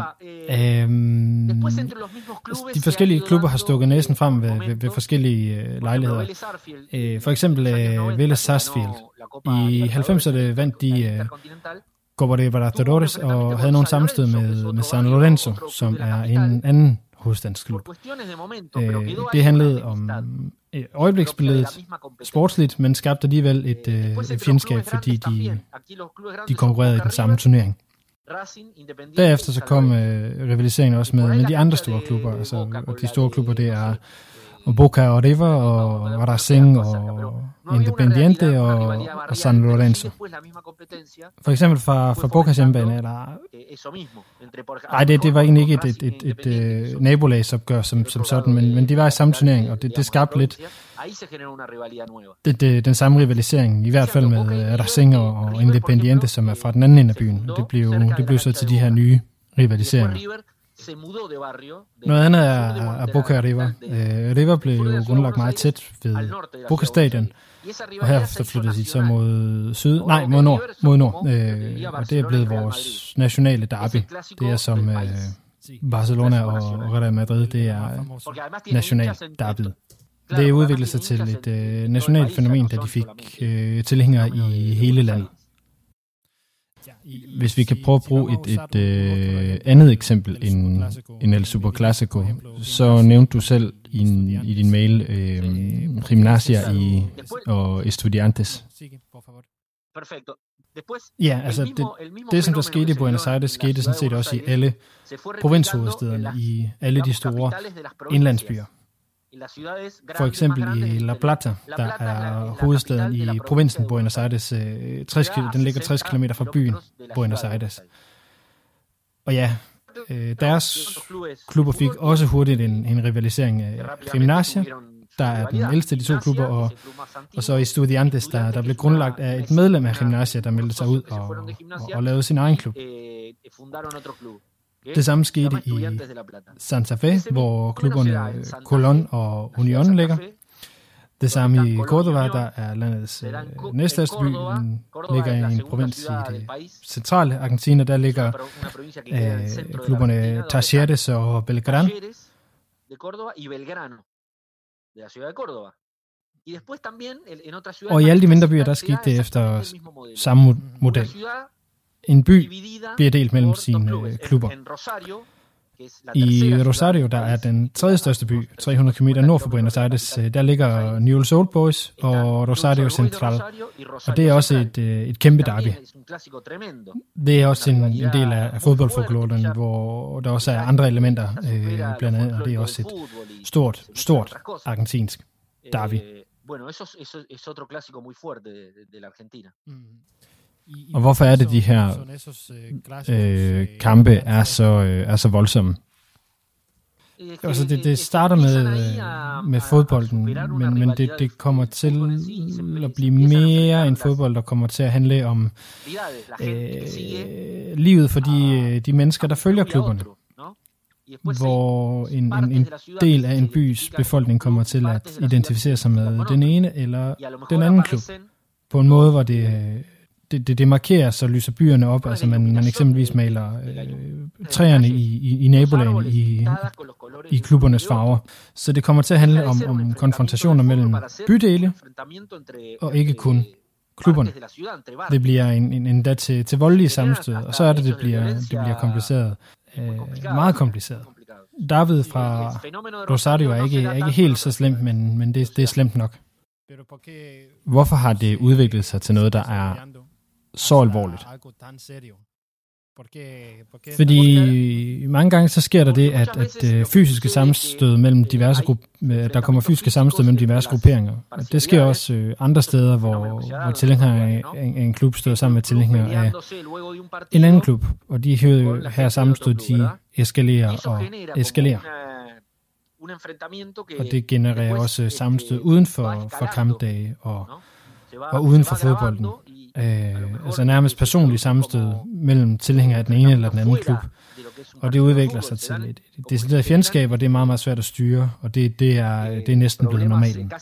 De forskellige klubber har stukket næsen frem ved forskellige lejligheder. For eksempel Vélez Sarsfield. I 90'erne vandt de Copa Libertadores og havde nogle sammenstød med San Lorenzo, som er en anden hovedstadsklub. Det handlede om øjebliksbilledet sportsligt, men skabte alligevel et fjendskab, fordi de konkurrerede i den samme turnering. Derefter så kom rivaliseringen også med de andre store klubber. Altså, de store klubber, det er Boca og River og Racing og Independiente og San Lorenzo. For eksempel fra Bocas hjemmebane, eller... Ej, det var egentlig ikke et nabolagsopgør som sådan, men de var i samme turnering, og det skabte lidt den samme rivalisering, i hvert fald med Racing og Independiente, som er fra den anden ende af byen. Det blev så til de her nye rivaliseringer. Noget andet er Boca og River. River blev jo grundlagt meget tæt ved Boca Stadion, og herefter flyttede de så mod nord. Og det er blevet vores nationale derby. Det er som Barcelona og Real Madrid, det er national derby. Det udviklede sig til et nationalt fænomen, da de fik tilhængere i hele landet. Hvis vi kan prøve at bruge et andet eksempel end El Superclásico, så nævnte du selv i din mail Gimnasia og Estudiantes. Ja, altså det som der skete i Buenos Aires, skete sådan set også i alle provinshovedstederne, i alle de store indlandsbyer. For eksempel i La Plata, der er hovedstaden i provinsen Buenos Aires, den ligger 60 km fra byen Buenos Aires. Og ja, deres klubber fik også hurtigt en rivalisering af Gimnasia, der er den ældste af de to klubber, og så Estudiantes, der blev grundlagt af et medlem af Gimnasia, der meldte sig ud og lavede sin egen klub. Det samme skete i Santa Fe, hvor klubberne Colón og Unión ligger. Det samme i Córdoba, der er landets næststørste by. Den ligger i en provins i det centrale Argentina. Der ligger klubberne Talleres og Belgrano. Og i alle de mindre byer, der skete det efter samme model. En by bliver delt mellem sine klubber. I Rosario, der er den tredje største by, 300 km nord for Buenos Aires, der ligger Newell's Old Boys og Rosario Central. Og det er også et kæmpe derby. Det er også en del af fodboldfolkloren, hvor der også er andre elementer blandt andet, og det er også et stort argentinsk derby. Og hvorfor er det, de her kampe er så voldsomme? Altså det starter med fodbolden, men det kommer til at blive mere en fodbold, der kommer til at handle om livet for de mennesker, der følger klubberne. Hvor en del af en bys befolkning kommer til at identificere sig med den ene eller den anden klub. På en måde, hvor det markerer, så lyser byerne op. Altså man eksempelvis maler træerne i nabolagene i klubbernes farver. Så det kommer til at handle om konfrontationer mellem bydele og ikke kun klubberne. Det bliver endda til voldelige sammenstød, og så er det bliver kompliceret. Meget kompliceret. David fra Rosario er ikke helt så slemt, men det er slemt nok. Hvorfor har det udviklet sig til noget, der er så alvorligt. Fordi mange gange så sker der det, at fysiske sammenstød mellem diverse der kommer fysiske sammenstød mellem diverse grupperinger. Og det sker også andre steder, hvor tilhængere af en klub støder sammen med tilhængere af en anden klub. Og de her sammenstød, de eskalerer og eskalerer. Og det genererer også sammenstød uden for kampdage og uden for fodbolden. Altså nærmest personlige sammenstød mellem tilhængere af den ene eller den anden klub. Og det udvikler sig til et decideret fjendskab, og det er meget, meget svært at styre, og det er næsten blevet normalen.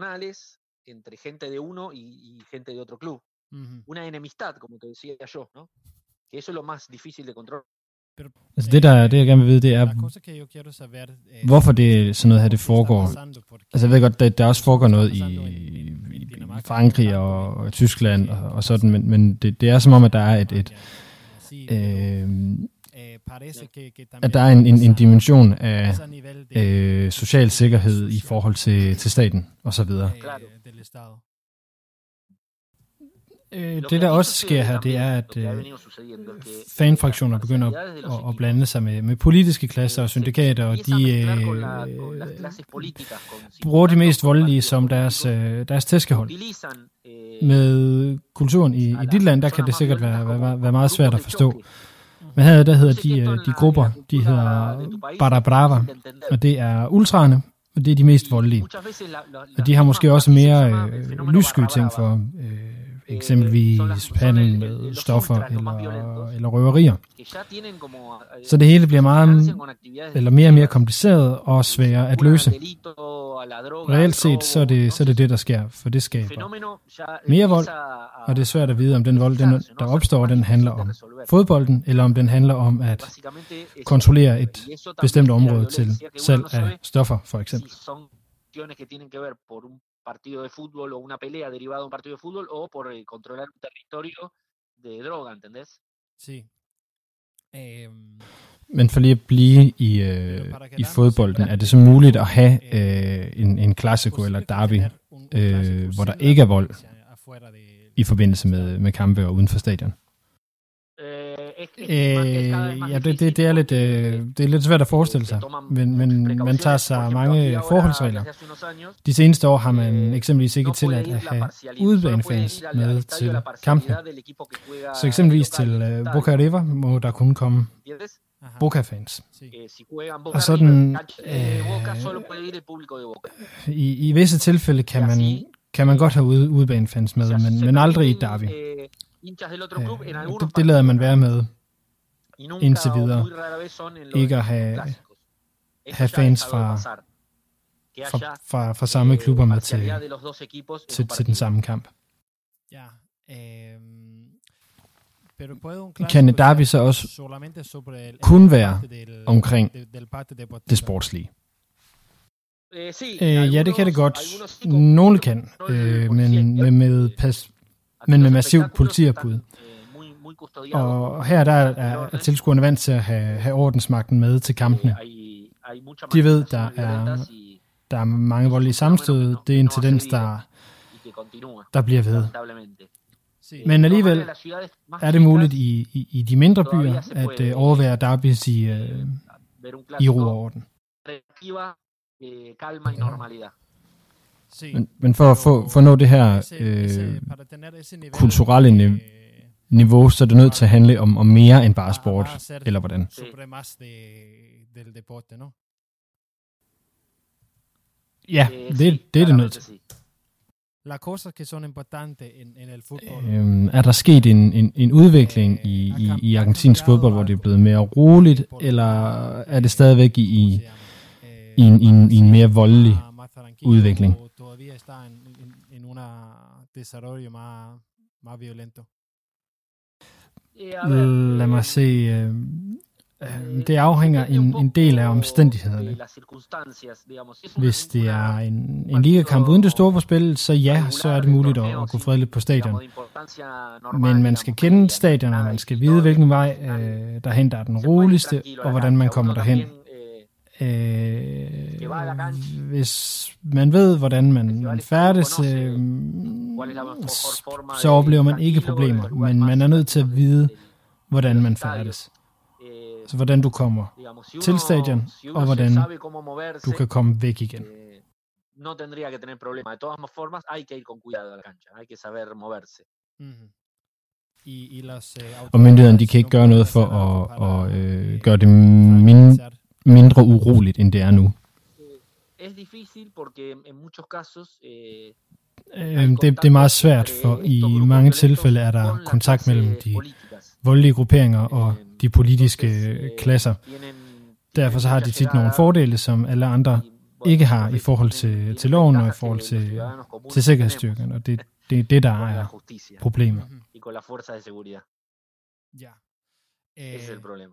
Altså det jeg gerne vil vide, det er, hvorfor det sådan noget her, det foregår. Altså jeg ved godt, der også foregår noget i Frankrig og Tyskland og sådan, men det er som om, at der er at der er en dimension af social sikkerhed i forhold til staten og så videre. Det der også sker her, det er, at fanfraktioner begynder at blande sig med politiske klasser og syndikater, og de bruger de mest voldelige som deres tæskehold. Med kulturen i dit land, der kan det sikkert være meget svært at forstå. Men her der hedder de grupper, de hedder Barra Brava, og det er ultraerne, og det er de mest voldelige. Og de har måske også mere lyssky ting for eksempelvis handel med stoffer eller røverier. Så det hele bliver mere og mere kompliceret og sværere at løse. Reelt set så er det der sker, for det skaber mere vold, og det er svært at vide, om den vold, der opstår, den handler om fodbolden, eller om den handler om at kontrollere et bestemt område til salg af stoffer, for eksempel. Partido de fútbol o una pelea derivada de un partido de fútbol o por controlar un territorio de droga, ¿entendés? Sí. Men for lige at blive i fodbolden, er det så muligt at have en klassiko eller derby, hvor der ikke er vold i forbindelse med kampe og uden for stadion? Ja, det er lidt svært at forestille sig, men man tager sig mange forholdsregler. De seneste år har man eksempelvis ikke tilladt at have udebanefans med til kampene. Så eksempelvis til Boca River må der kun komme Boca-fans. Og sådan i visse tilfælde kan man godt have udebanefans med, men aldrig i derby. Det lader man være med indtil videre. Ikke at have fans fra samme klubber med til den samme kamp. Kan et derby så også kun være omkring det sportslige? Ja, det kan det godt. Nogle kan, men med massivt politiopbud. Og her der er tilskuerne vant til at have ordensmagten med til kampene. De ved, der er mange voldelige sammenstød. Det er en tendens, der bliver ved. Men alligevel er det muligt i de mindre byer at overvære derbys i ro og orden. Men for at nå det her kulturelle niveau, så er det nødt til at handle om mere end bare sport, eller hvordan? Ja, det er det nødt til. Er der sket en udvikling i argentinsk fodbold, hvor det er blevet mere roligt, eller er det stadigvæk i en mere voldelig udvikling? Lad mig se. Det afhænger en del af omstændighederne. Hvis det er en ligakamp uden det store på spil, så ja, så er det muligt at gå fredeligt på stadion. Men man skal kende stadion, og man skal vide, hvilken vej derhen der er den roligste, og hvordan man kommer derhen hvis man ved, hvordan man færdes, så oplever man ikke problemer, men man er nødt til at vide, hvordan man færdes. Så hvordan du kommer til stadion, og hvordan du kan komme væk igen. No tendría que tener problemas. De todas formas, hay que ir con cuidado a la cancha. Hay que saber moverse. Og myndighederne, de kan ikke gøre noget for at gøre det mindre uroligt, end det er nu. Es difícil porque en muchos casos det er meget svært, for i mange tilfælde er der kontakt mellem de voldelige grupperinger og de politiske klasser. Derfor så har de tit nogle fordele, som alle andre ikke har i forhold til loven og i forhold til sikkerhedsstyrken, og det er det, der er problemet. Ja. Ese es el problema.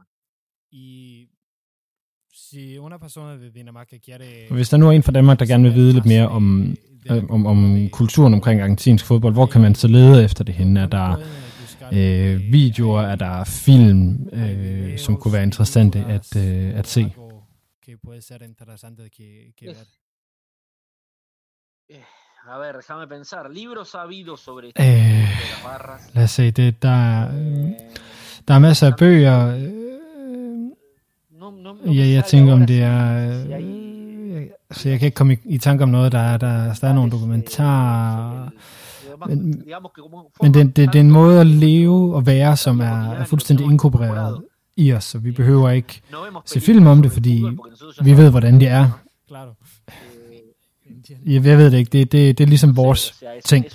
Hvis der nu er en fra Danmark, der gerne vil vide lidt mere om kulturen omkring argentinsk fodbold, hvor kan man så lede efter det henne? Er der videoer, er der film, som kunne være interessante at se? A ver, déjame pensar. Libros habidos sobre lad os se, der er masser af bøger. Jeg tænker, om det er... Så jeg kan ikke komme i tanke om noget, der er nogle dokumentarer. Men det er en måde at leve og være, som er fuldstændig inkorporeret i os, så vi behøver ikke se film om det, fordi vi ved, hvordan det er. Jeg ved det ikke. Det er ligesom vores ting.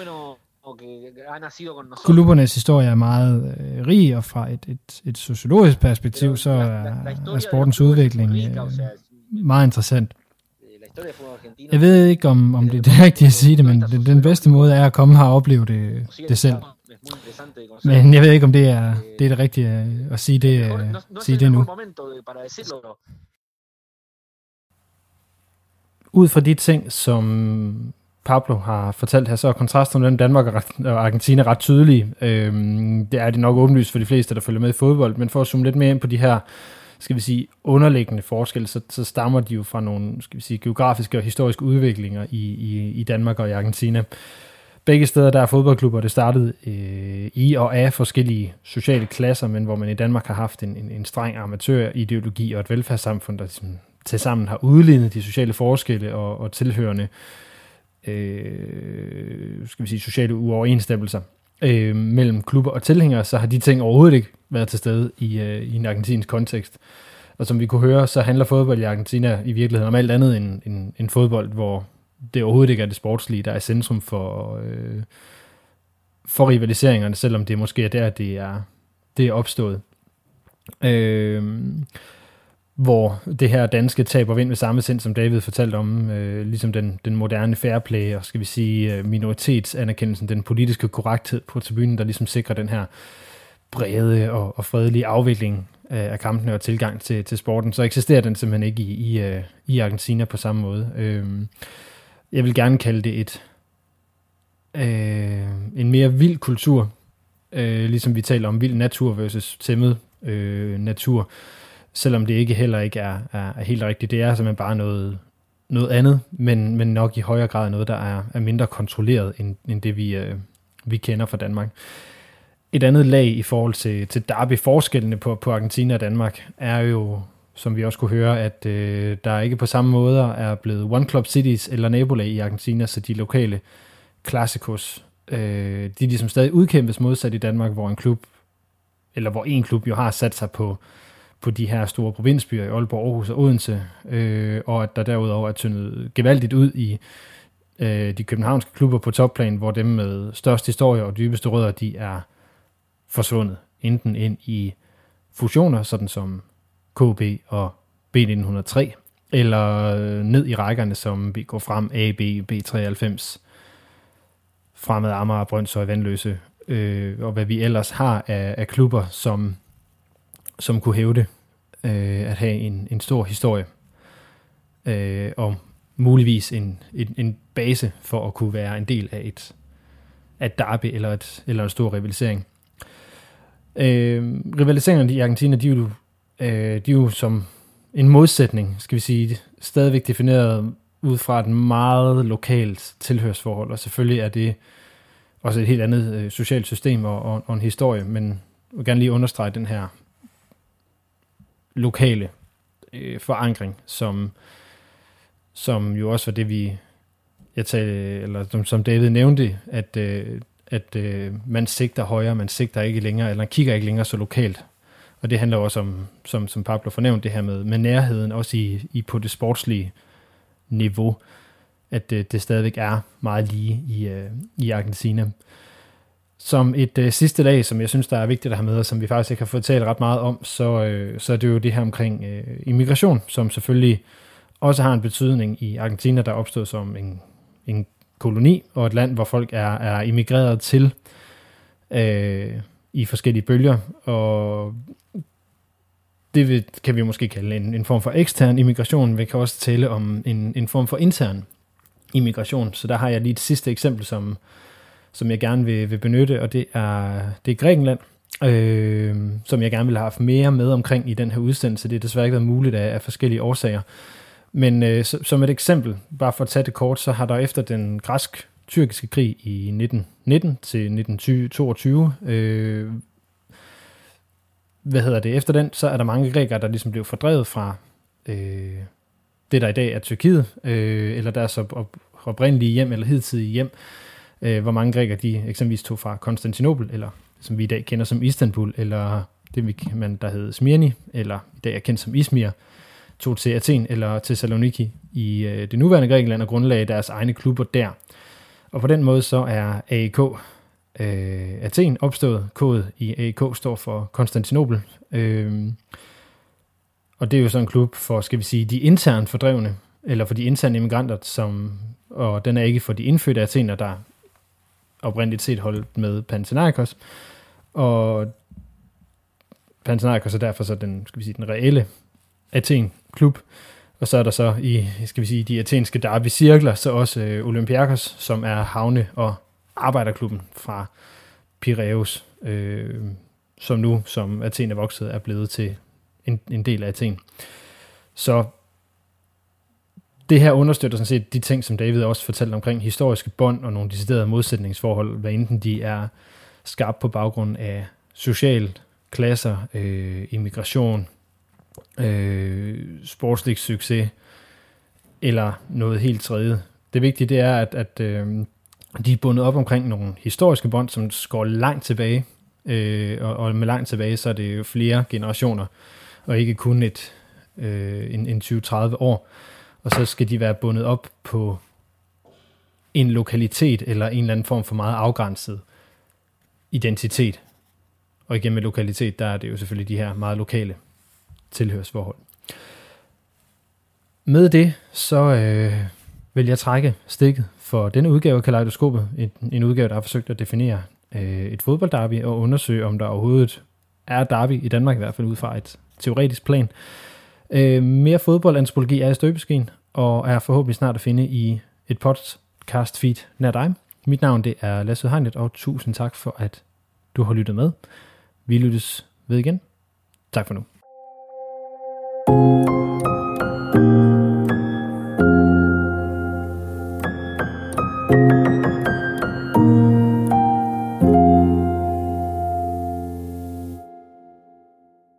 Klubbernes historie er meget rig, og fra et sociologisk perspektiv, så er sportens udvikling meget interessant. Jeg ved ikke, om det er det rigtige at sige det, men den bedste måde er at komme her og opleve det selv. Men jeg ved ikke, om det er det rigtige at sige det nu. Ud fra de ting, som Pablo har fortalt her, så er kontrasterne mellem Danmark og Argentina ret tydelige. Det er det nok åbenlyst for de fleste, der følger med i fodbold, men for at zoome lidt mere ind på de her, skal vi sige, underliggende forskelle, så stammer de jo fra nogle, skal vi sige, geografiske og historiske udviklinger i Danmark og i Argentina. Begge steder, der er fodboldklubber, det startede i og af forskellige sociale klasser, men hvor man i Danmark har haft en streng amatørideologi og et velfærdssamfund, der ligesom tilsammen har udlignet de sociale forskelle og tilhørende skal vi sige, sociale uoverensstemmelser mellem klubber og tilhængere, så har de ting overhovedet ikke været til stede i en argentinsk kontekst. Og som vi kunne høre, så handler fodbold i Argentina i virkeligheden om alt andet end fodbold, hvor det overhovedet ikke er det sportslige, der er centrum for rivaliseringerne, selvom det måske er der, det er opstået. Hvor det her danske tab og vind med samme sind, som David fortalte om, ligesom den moderne fair play, og skal vi sige minoritetsanerkendelsen, den politiske korrekthed på tribunen, der ligesom sikrer den her brede og fredelige afvikling af kampene og tilgang til sporten, så eksisterer den simpelthen ikke i Argentina på samme måde. Jeg vil gerne kalde det en mere vild kultur, ligesom vi taler om vild natur versus tæmmet natur, selvom det ikke er helt rigtigt. Det er simpelthen bare noget andet, men nok i højere grad noget, der er mindre kontrolleret end det, vi kender fra Danmark. Et andet lag i forhold til derby-forskellene på Argentina og Danmark er jo, som vi også kunne høre, at der ikke på samme måde er blevet one club cities eller nabolag i Argentina, så de lokale klassikos, de ligesom stadig udkæmpes modsat i Danmark, hvor en klub jo har sat sig på de her store provinsbyer i Aalborg, Aarhus og Odense, og at der derudover er tyndet gevaldigt ud i de københavnske klubber på topplan, hvor dem med størst historie og dybeste rødder, de er forsvundet, enten ind i fusioner, sådan som KB og B1903, eller ned i rækkerne, som vi går frem, AB, B93, Fremad Amager, Brøndshøj, Vandløse, og hvad vi ellers har af klubber, som kunne hævde at have en stor historie, og muligvis en base for at kunne være en del af et derby eller en stor rivalisering. Rivaliseringerne i Argentina, de er jo som en modsætning, skal vi sige, stadigvæk defineret ud fra et meget lokalt tilhørsforhold, og selvfølgelig er det også et helt andet socialt system og en historie, men jeg vil gerne lige understrege den her lokale forankring, som jo også var det, som David nævnte, at man sigter højere, man sigter ikke længere, eller man kigger ikke længere så lokalt. Og det handler også om, som Pablo fornævnte, det her med nærheden, også på det sportslige niveau, at det stadigvæk er meget lige i Argentina. Som et sidste lag, som jeg synes, der er vigtigt at have med, og som vi faktisk ikke har fået talt ret meget om, så er det jo det her omkring immigration, som selvfølgelig også har en betydning i Argentina, der er opstået som en koloni, og et land, hvor folk er immigreret til i forskellige bølger, og det kan vi måske kalde en form for ekstern immigration. Vi kan også tale om en form for intern immigration. Så der har jeg lige et sidste eksempel, som jeg gerne vil benytte, og det er Grækenland, som jeg gerne vil have haft mere med omkring i den her udsendelse. Det er desværre ikke været muligt af forskellige årsager. Men som et eksempel, bare for at tage det kort, så har der efter den græsk-tyrkiske krig i 1919 til 1922, efter den, så er der mange grækere, der ligesom blev fordrevet fra det, der i dag er Tyrkiet, eller deres oprindelige hjem, eller hidtidige hjem, hvor mange grækere de eksempelvis tog fra Konstantinopel, eller som vi i dag kender som Istanbul, eller det, der hed Smirni, eller i dag er kendt som Izmir, tog til Athen eller til Thessaloniki i det nuværende Grækenland og grundlagde deres egne klubber der. Og på den måde så er AEK Athen opstået. K'et i AEK står for Konstantinopel. Og det er jo så en klub for, skal vi sige, de internt fordrevne, eller for de interne immigranter, og den er ikke for de indfødte athener, der oprindeligt set holdt med Panathinaikos. Og Panathinaikos er derfor så den reelle Athen-klub, og så er der så i de athenske derby-cirkler, så også Olympiakos, som er havne- og arbejderklubben fra Piræus, som nu, som Athen er vokset, er blevet til en del af Athen. Så det her understøtter sådan set de ting, som David også fortalte omkring historiske bånd og nogle deciderede modsætningsforhold, hvad enten de er skabt på baggrund af social klasser, immigration, sportslig succes eller noget helt tredje. Det vigtige det er, at de er bundet op omkring nogle historiske bånd, som går langt tilbage, og med langt tilbage, så er det jo flere generationer, og ikke kun en 20-30 år. Og så skal de være bundet op på en lokalitet, eller en eller anden form for meget afgrænset identitet. Og igen med lokalitet, der er det jo selvfølgelig de her meget lokale tilhørsforhold. Med det, så vil jeg trække stikket for denne udgave af Kaleidoskopet. En udgave, der har forsøgt at definere et fodboldderby og undersøge, om der overhovedet er derby i Danmark, i hvert fald ud fra et teoretisk plan. Mere fodboldantropologi er i støbeskeen, og er forhåbentlig snart at finde i et podcast feed nær dig. Mit navn det er Lasse Heinlet, og tusind tak for, at du har lyttet med. Vi lyttes ved igen. Tak for nu.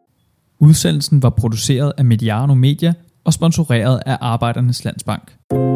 Udsendelsen var produceret af Mediano Media og sponsoreret af Arbejdernes Landsbank.